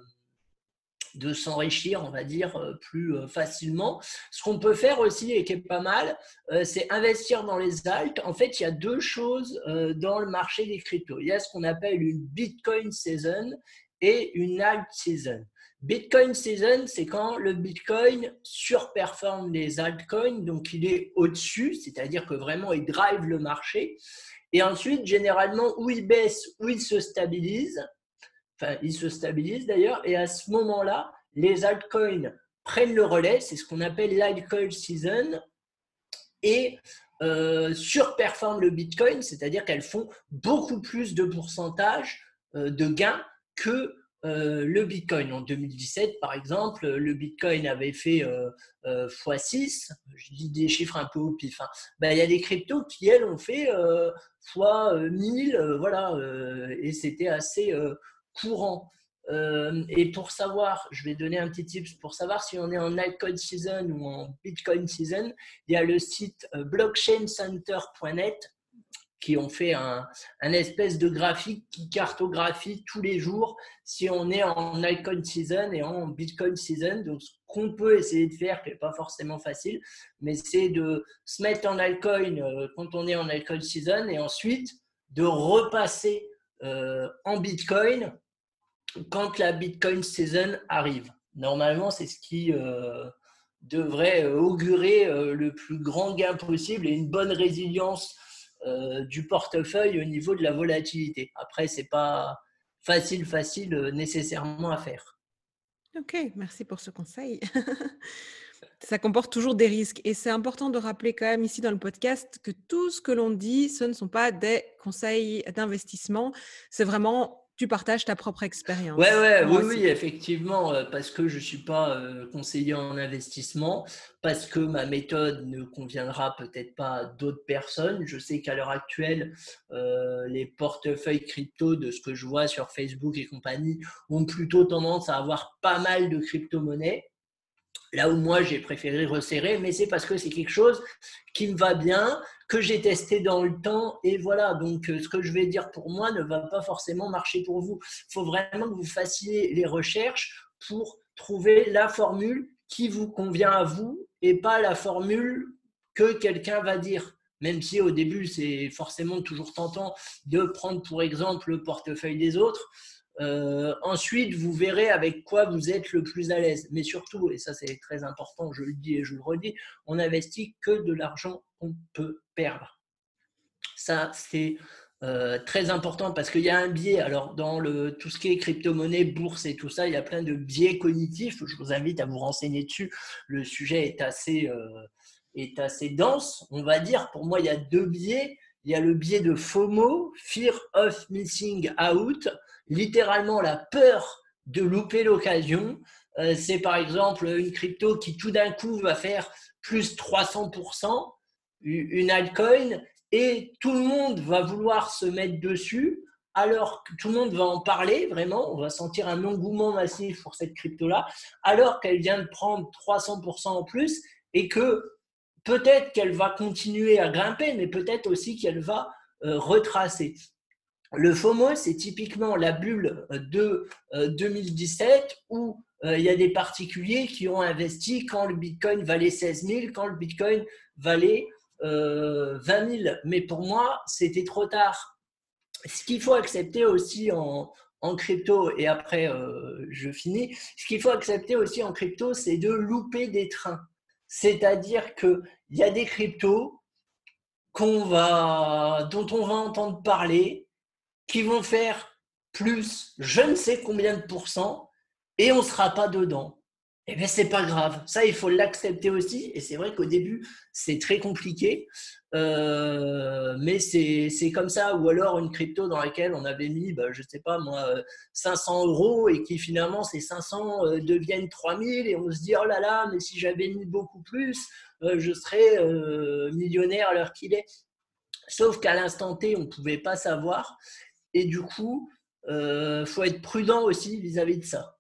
Speaker 2: de s'enrichir, on va dire, plus facilement. Ce qu'on peut faire aussi et qui est pas mal, c'est investir dans les alts. En fait, il y a deux choses dans le marché des cryptos. Il y a ce qu'on appelle une Bitcoin season et une alt season. Bitcoin season, c'est quand le Bitcoin surperforme les altcoins, donc il est au-dessus, c'est-à-dire que vraiment il drive le marché. Et ensuite, généralement, où il baisse, où il se stabilise, enfin, il se stabilise d'ailleurs, et à ce moment-là, les altcoins prennent le relais, c'est ce qu'on appelle l'altcoin season, et euh, surperforment le Bitcoin, c'est-à-dire qu'elles font beaucoup plus de pourcentage euh, de gains que euh, le Bitcoin. En deux mille dix-sept, par exemple, le Bitcoin avait fait euh, euh, fois six, je dis des chiffres un peu au pif, hein. Ben, il y a des cryptos qui, elles, ont fait euh, fois mille, euh, voilà, euh, et c'était assez euh, courant. Euh, et pour savoir, je vais donner un petit tips, pour savoir si on est en altcoin season ou en Bitcoin season, il y a le site blockchain center point net qui ont fait un, un espèce de graphique qui cartographie tous les jours si on est en altcoin season et en Bitcoin season. Donc, ce qu'on peut essayer de faire, qui n'est pas forcément facile, mais c'est de se mettre en altcoin euh, quand on est en altcoin season et ensuite de repasser euh, en Bitcoin quand la Bitcoin season arrive. Normalement, c'est ce qui euh, devrait augurer euh, le plus grand gain possible et une bonne résilience euh, du portefeuille au niveau de la volatilité. Après, ce n'est pas facile, facile euh, nécessairement à faire.
Speaker 1: Ok, merci pour ce conseil. Ça comporte toujours des risques et c'est important de rappeler quand même ici dans le podcast que tout ce que l'on dit, ce ne sont pas des conseils d'investissement, c'est vraiment tu partages ta propre
Speaker 2: Ouais,
Speaker 1: expérience.
Speaker 2: ouais,
Speaker 1: Moi
Speaker 2: oui,
Speaker 1: aussi.
Speaker 2: oui, effectivement, euh, parce que je ne suis pas euh, conseiller en investissement, parce que ma méthode ne conviendra peut-être pas à d'autres personnes. Je sais qu'à l'heure actuelle, euh, les portefeuilles crypto, de ce que je vois sur Facebook et compagnie, ont plutôt tendance à avoir pas mal de crypto-monnaies. Là où moi, j'ai préféré resserrer, mais c'est parce que c'est quelque chose qui me va bien, que j'ai testé dans le temps. Et voilà, donc euh, ce que je vais dire pour moi ne va pas forcément marcher pour vous. Il faut vraiment que vous fassiez les recherches pour trouver la formule qui vous convient à vous et pas la formule que quelqu'un va dire. Même si au début, c'est forcément toujours tentant de prendre pour exemple le portefeuille des autres. Euh, ensuite, vous verrez avec quoi vous êtes le plus à l'aise. Mais surtout, et ça c'est très important, je le dis et je le redis, on n'investit que de l'argent qu'on peut perdre. Ça, c'est euh, très important parce qu'il y a un biais. Alors, dans le, tout ce qui est crypto-monnaie, bourse et tout ça, il y a plein de biais cognitifs. Je vous invite à vous renseigner dessus. Le sujet est assez, euh, est assez dense, on va dire. Pour moi, il y a deux biais. Il y a le biais de FOMO, Fear of Missing Out, littéralement la peur de louper l'occasion. Euh, c'est par exemple une crypto qui tout d'un coup va faire plus trois cents pour cent, une altcoin, et tout le monde va vouloir se mettre dessus, alors que tout le monde va en parler, vraiment, on va sentir un engouement massif pour cette crypto-là, alors qu'elle vient de prendre trois cents pour cent en plus, et que peut-être qu'elle va continuer à grimper, mais peut-être aussi qu'elle va euh, retracer. Le FOMO, c'est typiquement la bulle de euh, deux mille dix-sept où euh, il y a des particuliers qui ont investi quand le Bitcoin valait seize mille, quand le Bitcoin valait euh, vingt mille. Mais pour moi, c'était trop tard. Ce qu'il faut accepter aussi en, en crypto, et après euh, je finis, ce qu'il faut accepter aussi en crypto, c'est de louper des trains. C'est-à-dire qu'il y a des cryptos qu'on va, dont on va entendre parler, qui vont faire plus je ne sais combien de pourcents et on ne sera pas dedans. Eh bien, c'est pas grave. Ça, il faut l'accepter aussi. Et c'est vrai qu'au début, c'est très compliqué. Euh, mais c'est, c'est comme ça. Ou alors une crypto dans laquelle on avait mis, bah, je sais pas moi, cinq cents euros et qui finalement, ces cinq cents euh, deviennent trois mille et on se dit, oh là là, mais si j'avais mis beaucoup plus, euh, je serais euh, millionnaire à l'heure qu'il est. Sauf qu'à l'instant T, on ne pouvait pas savoir. Et du coup, il euh, faut être prudent aussi vis-à-vis de ça.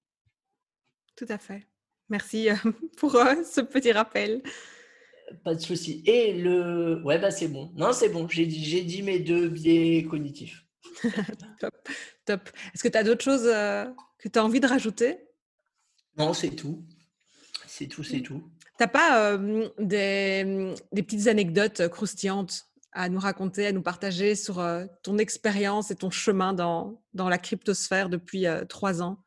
Speaker 1: Tout à fait. Merci euh, pour euh, ce petit rappel.
Speaker 2: Pas de souci. Et le... Ouais, bah c'est bon. Non, c'est bon. J'ai dit, j'ai dit mes deux biais cognitifs.
Speaker 1: Top, top. Est-ce que tu as d'autres choses euh, que tu as envie de rajouter?
Speaker 2: Non, c'est tout. C'est tout, c'est tout.
Speaker 1: T'as pas euh, des, des petites anecdotes croustillantes à nous raconter, à nous partager sur euh, ton expérience et ton chemin dans, dans la cryptosphère depuis euh, trois ans?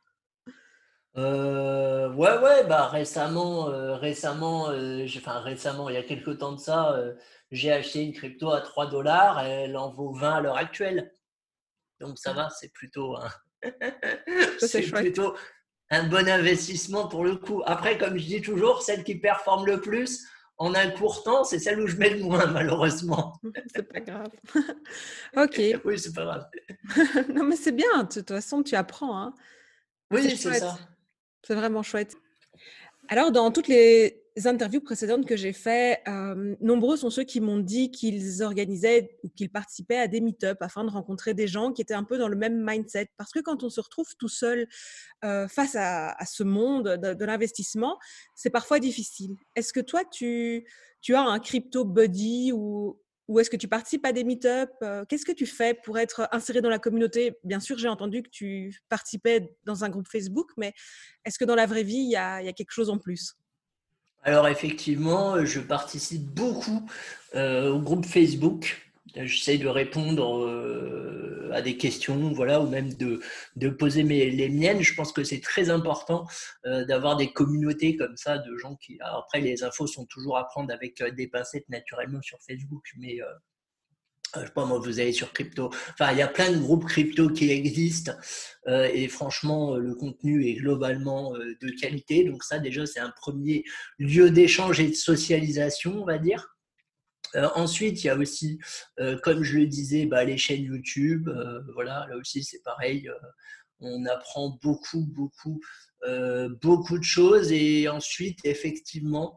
Speaker 2: Euh, ouais, ouais, bah récemment, euh, récemment, euh, j'ai- enfin récemment, il y a quelques temps de ça, euh, j'ai acheté une crypto à trois dollars, elle en vaut vingt à l'heure actuelle. Donc ça va, c'est plutôt, un...
Speaker 1: Ça, c'est
Speaker 2: c'est
Speaker 1: chouette.
Speaker 2: plutôt un bon investissement pour le coup. Après, comme je dis toujours, celle qui performe le plus en un court temps, c'est celle où je mets le moins, malheureusement.
Speaker 1: C'est pas grave. Ok.
Speaker 2: Oui, c'est pas grave.
Speaker 1: Non, mais c'est bien. De toute façon, tu apprends, hein. C'est
Speaker 2: Oui, c'est
Speaker 1: chouette.
Speaker 2: ça.
Speaker 1: C'est vraiment chouette. Alors, dans toutes les interviews précédentes que j'ai faites, euh, nombreux sont ceux qui m'ont dit qu'ils organisaient ou qu'ils participaient à des meet-up afin de rencontrer des gens qui étaient un peu dans le même mindset. Parce que quand on se retrouve tout seul euh, face à, à ce monde de, de l'investissement, c'est parfois difficile. Est-ce que toi, tu, tu as un crypto buddy ou, ou est-ce que tu participes à des meet-up? Euh, Qu'est-ce que tu fais pour être inséré dans la communauté? Bien sûr, j'ai entendu que tu participais dans un groupe Facebook, mais est-ce que dans la vraie vie, il y a, il y a quelque chose en plus?
Speaker 2: Alors effectivement, je participe beaucoup euh, au groupe Facebook. J'essaye de répondre euh, à des questions, voilà, ou même de, de poser mes, les miennes. Je pense que c'est très important euh, d'avoir des communautés comme ça de gens qui. Alors après, les infos sont toujours à prendre avec euh, des pincettes naturellement sur Facebook, mais euh, Euh, je sais pas moi, vous allez sur crypto. Enfin, il y a plein de groupes crypto qui existent euh, et franchement, le contenu est globalement euh, de qualité. Donc ça, déjà, c'est un premier lieu d'échange et de socialisation, on va dire. Euh, ensuite, il y a aussi, euh, comme je le disais, bah, les chaînes YouTube. Euh, voilà, là aussi, c'est pareil. Euh, on apprend beaucoup, beaucoup, euh, beaucoup de choses. Et ensuite, effectivement,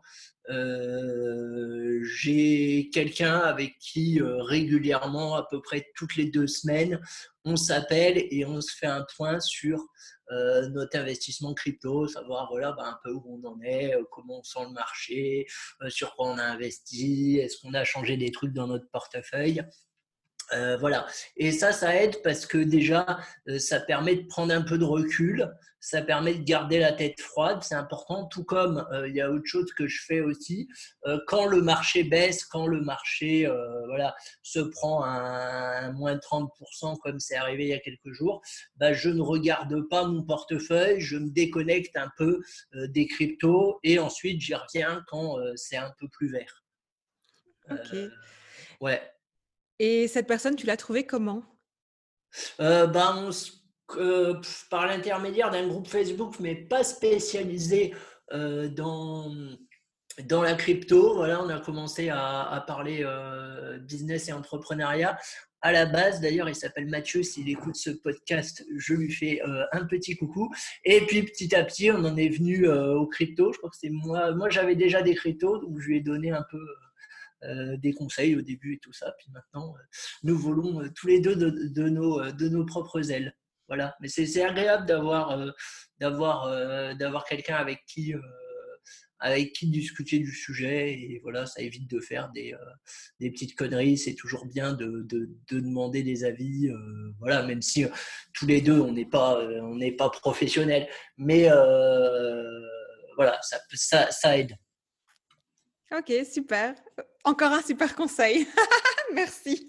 Speaker 2: euh, j'ai quelqu'un avec qui euh, régulièrement, à peu près toutes les deux semaines, on s'appelle et on se fait un point sur euh, notre investissement crypto, savoir voilà, bah, un peu où on en est, euh, comment on sent le marché, euh, sur quoi on a investi, est-ce qu'on a changé des trucs dans notre portefeuille. Euh, voilà. Et ça, ça aide parce que déjà, euh, ça permet de prendre un peu de recul, ça permet de garder la tête froide, c'est important. Tout comme euh, il y a autre chose que je fais aussi, euh, quand le marché baisse, quand le marché euh, voilà, se prend un, un moins de trente pour cent comme c'est arrivé il y a quelques jours, bah, je ne regarde pas mon portefeuille, je me déconnecte un peu euh, des cryptos et ensuite j'y reviens quand euh, c'est un peu plus vert. Euh,
Speaker 1: Ok.
Speaker 2: ouais.
Speaker 1: Et cette personne, tu l'as trouvée comment?
Speaker 2: Euh, ben, on se- euh, pff, par l'intermédiaire d'un groupe Facebook, mais pas spécialisé euh, dans, dans la crypto. Voilà, on a commencé à, à parler euh, business et entrepreneuriat. À la base, d'ailleurs, il s'appelle Mathieu. S'il écoute ce podcast, je lui fais euh, un petit coucou. Et puis, petit à petit, on en est venu euh, aux cryptos. Je crois que c'est moi. Moi, j'avais déjà des cryptos, donc je lui ai donné un peu euh, des conseils au début et tout ça. Puis maintenant, euh, nous volons euh, tous les deux de, de, nos, euh, de nos propres ailes. Voilà. Mais c'est, c'est agréable d'avoir, euh, d'avoir, euh, d'avoir quelqu'un avec qui, euh, avec qui discuter du sujet. Et voilà, ça évite de faire des, euh, des petites conneries. C'est toujours bien de, de, de demander des avis. Euh, voilà, même si euh, tous les deux, on n'est pas, euh, on n'est pas professionnels. Mais euh, voilà, ça, ça, ça aide.
Speaker 1: Ok, super. Encore un super conseil. Merci.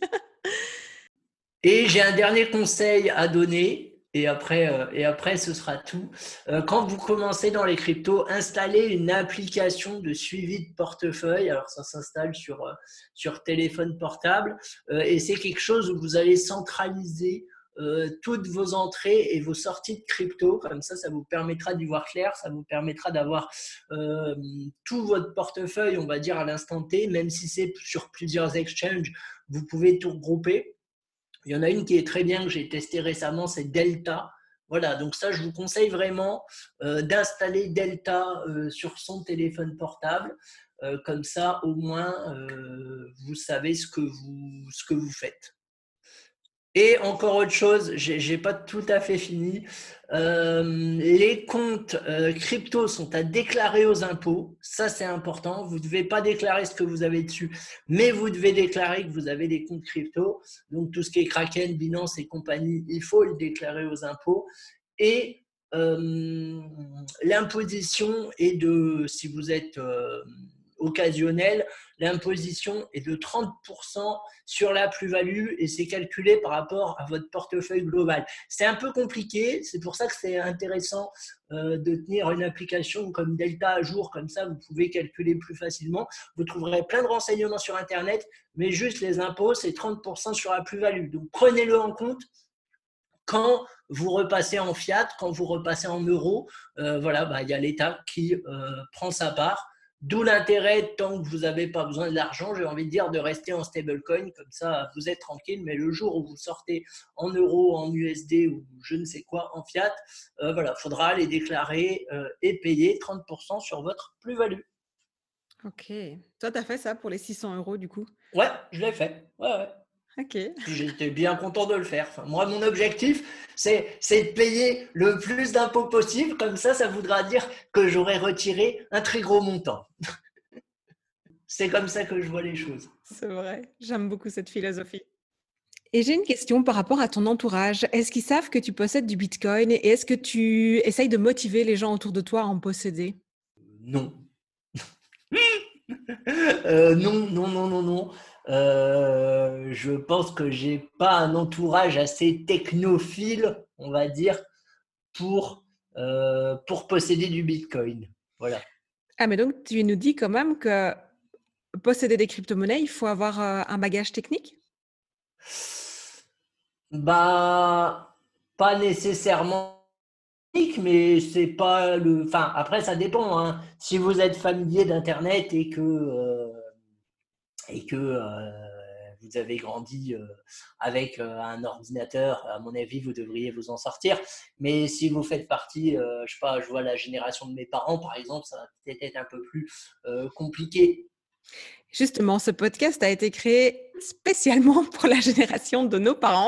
Speaker 2: Et j'ai un dernier conseil à donner, et après, euh, et après ce sera tout. Euh, quand vous commencez dans les cryptos, installez une application de suivi de portefeuille. Alors ça s'installe sur, euh, sur téléphone portable, euh, et c'est quelque chose où vous allez centraliser euh, toutes vos entrées et vos sorties de crypto. Comme ça, ça vous permettra d'y voir clair, ça vous permettra d'avoir euh, tout votre portefeuille, on va dire, à l'instant T, même si c'est sur plusieurs exchanges, vous pouvez tout regrouper. Il y en a une qui est très bien, que j'ai testé récemment, c'est Delta. Voilà, donc ça, je vous conseille vraiment euh, d'installer Delta euh, sur son téléphone portable. Euh, comme ça, au moins, euh, vous savez ce que vous, ce que vous faites. Et encore autre chose, j'ai, n'ai pas tout à fait fini. Euh, les comptes euh, crypto sont à déclarer aux impôts. Ça, c'est important. Vous ne devez pas déclarer ce que vous avez dessus, mais vous devez déclarer que vous avez des comptes crypto. Donc, tout ce qui est Kraken, Binance et compagnie, il faut le déclarer aux impôts. Et euh, l'imposition est de, si vous êtes euh, occasionnel, l'imposition est de trente pour cent sur la plus-value et c'est calculé par rapport à votre portefeuille global. C'est un peu compliqué, c'est pour ça que c'est intéressant euh, de tenir une application comme Delta à jour, comme ça vous pouvez calculer plus facilement. Vous trouverez plein de renseignements sur Internet, mais juste les impôts, c'est trente pour cent sur la plus-value. Donc prenez-le en compte quand vous repassez en fiat, quand vous repassez en euros. Euh, voilà, bah, il y a l'État qui euh, prend sa part. D'où l'intérêt, tant que vous n'avez pas besoin de l'argent, j'ai envie de dire, de rester en stablecoin, comme ça vous êtes tranquille, mais le jour où vous sortez en euros, en U S D ou je ne sais quoi, en fiat, euh, voilà, il faudra les déclarer euh, et payer trente pour cent sur votre plus-value.
Speaker 1: Ok. Toi, tu as fait ça pour les six cents euros du coup?
Speaker 2: Ouais, je l'ai fait. Ouais, ouais.
Speaker 1: Ok.
Speaker 2: Puis j'étais bien content de le faire. Enfin, moi, mon objectif, c'est, c'est de payer le plus d'impôts possible. Comme ça, ça voudra dire que j'aurai retiré un très gros montant. C'est comme ça que je vois les choses.
Speaker 1: C'est vrai. J'aime beaucoup cette philosophie. Et j'ai une question par rapport à ton entourage. Est-ce qu'ils savent que tu possèdes du Bitcoin et est-ce que tu essayes de motiver les gens autour de toi à en posséder?
Speaker 2: Non. Euh, non, non, non, non, non. Euh, je pense que j'ai pas un entourage assez technophile, on va dire, pour, euh, pour posséder du Bitcoin. Voilà.
Speaker 1: Ah, mais donc tu nous dis quand même que posséder des crypto-monnaies, il faut avoir euh, un bagage technique?
Speaker 2: Bah, pas nécessairement, mais c'est pas le. Enfin, après, ça dépend. Hein. Si vous êtes familier d'Internet et que euh, et que euh, vous avez grandi euh, avec euh, un ordinateur, à mon avis, vous devriez vous en sortir. Mais si vous faites partie, euh, je sais pas, je vois la génération de mes parents, par exemple, ça va peut-être être un peu plus euh, compliqué.
Speaker 1: Justement, ce podcast a été créé spécialement pour la génération de nos parents.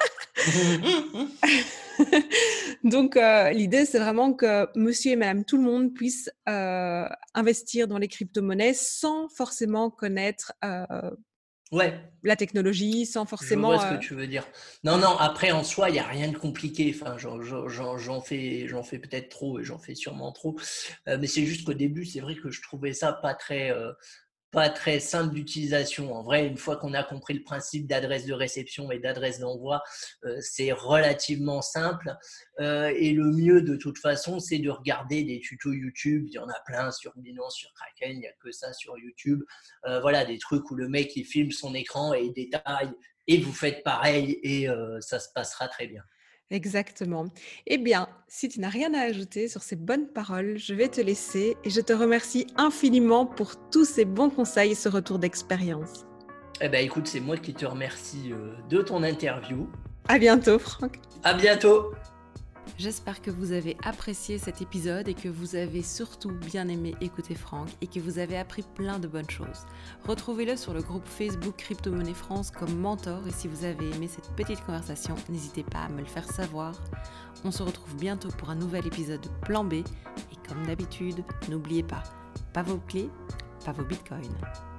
Speaker 1: Donc, euh, l'idée, c'est vraiment que monsieur et madame tout le monde puisse euh, investir dans les crypto-monnaies sans forcément connaître euh,
Speaker 2: Ouais,
Speaker 1: la technologie, sans
Speaker 2: je vois
Speaker 1: forcément...
Speaker 2: ce que
Speaker 1: euh,
Speaker 2: tu veux dire. Non,
Speaker 1: ouais.
Speaker 2: non, après, en soi, il n'y a rien de compliqué. Enfin, j'en, j'en- j'en- j'en fais, j'en fais peut-être trop et j'en fais sûrement trop. Euh, mais c'est juste qu'au début, c'est vrai que je trouvais ça pas très, euh, pas très simple d'utilisation. En vrai, une fois qu'on a compris le principe d'adresse de réception et d'adresse d'envoi, euh, c'est relativement simple. Euh, et le mieux, de toute façon, c'est de regarder des tutos YouTube. Il y en a plein sur Binance, sur Kraken, il n'y a que ça sur YouTube. Euh, voilà, des trucs où le mec, il filme son écran et il détaille. Et vous faites pareil et euh, ça se passera très bien.
Speaker 1: Exactement. Eh bien, si tu n'as rien à ajouter sur ces bonnes paroles, je vais te laisser et je te remercie infiniment pour tous ces bons conseils et ce retour d'expérience.
Speaker 2: Eh ben, écoute, c'est moi qui te remercie euh, de ton interview.
Speaker 1: À bientôt, Franck.
Speaker 2: À bientôt.
Speaker 3: J'espère que vous avez apprécié cet épisode et que vous avez surtout bien aimé écouter Franck et que vous avez appris plein de bonnes choses. Retrouvez-le sur le groupe Facebook Crypto-Monnaie France comme mentor et si vous avez aimé cette petite conversation, n'hésitez pas à me le faire savoir. On se retrouve bientôt pour un nouvel épisode de Plan B et comme d'habitude, n'oubliez pas, pas vos clés, pas vos bitcoins.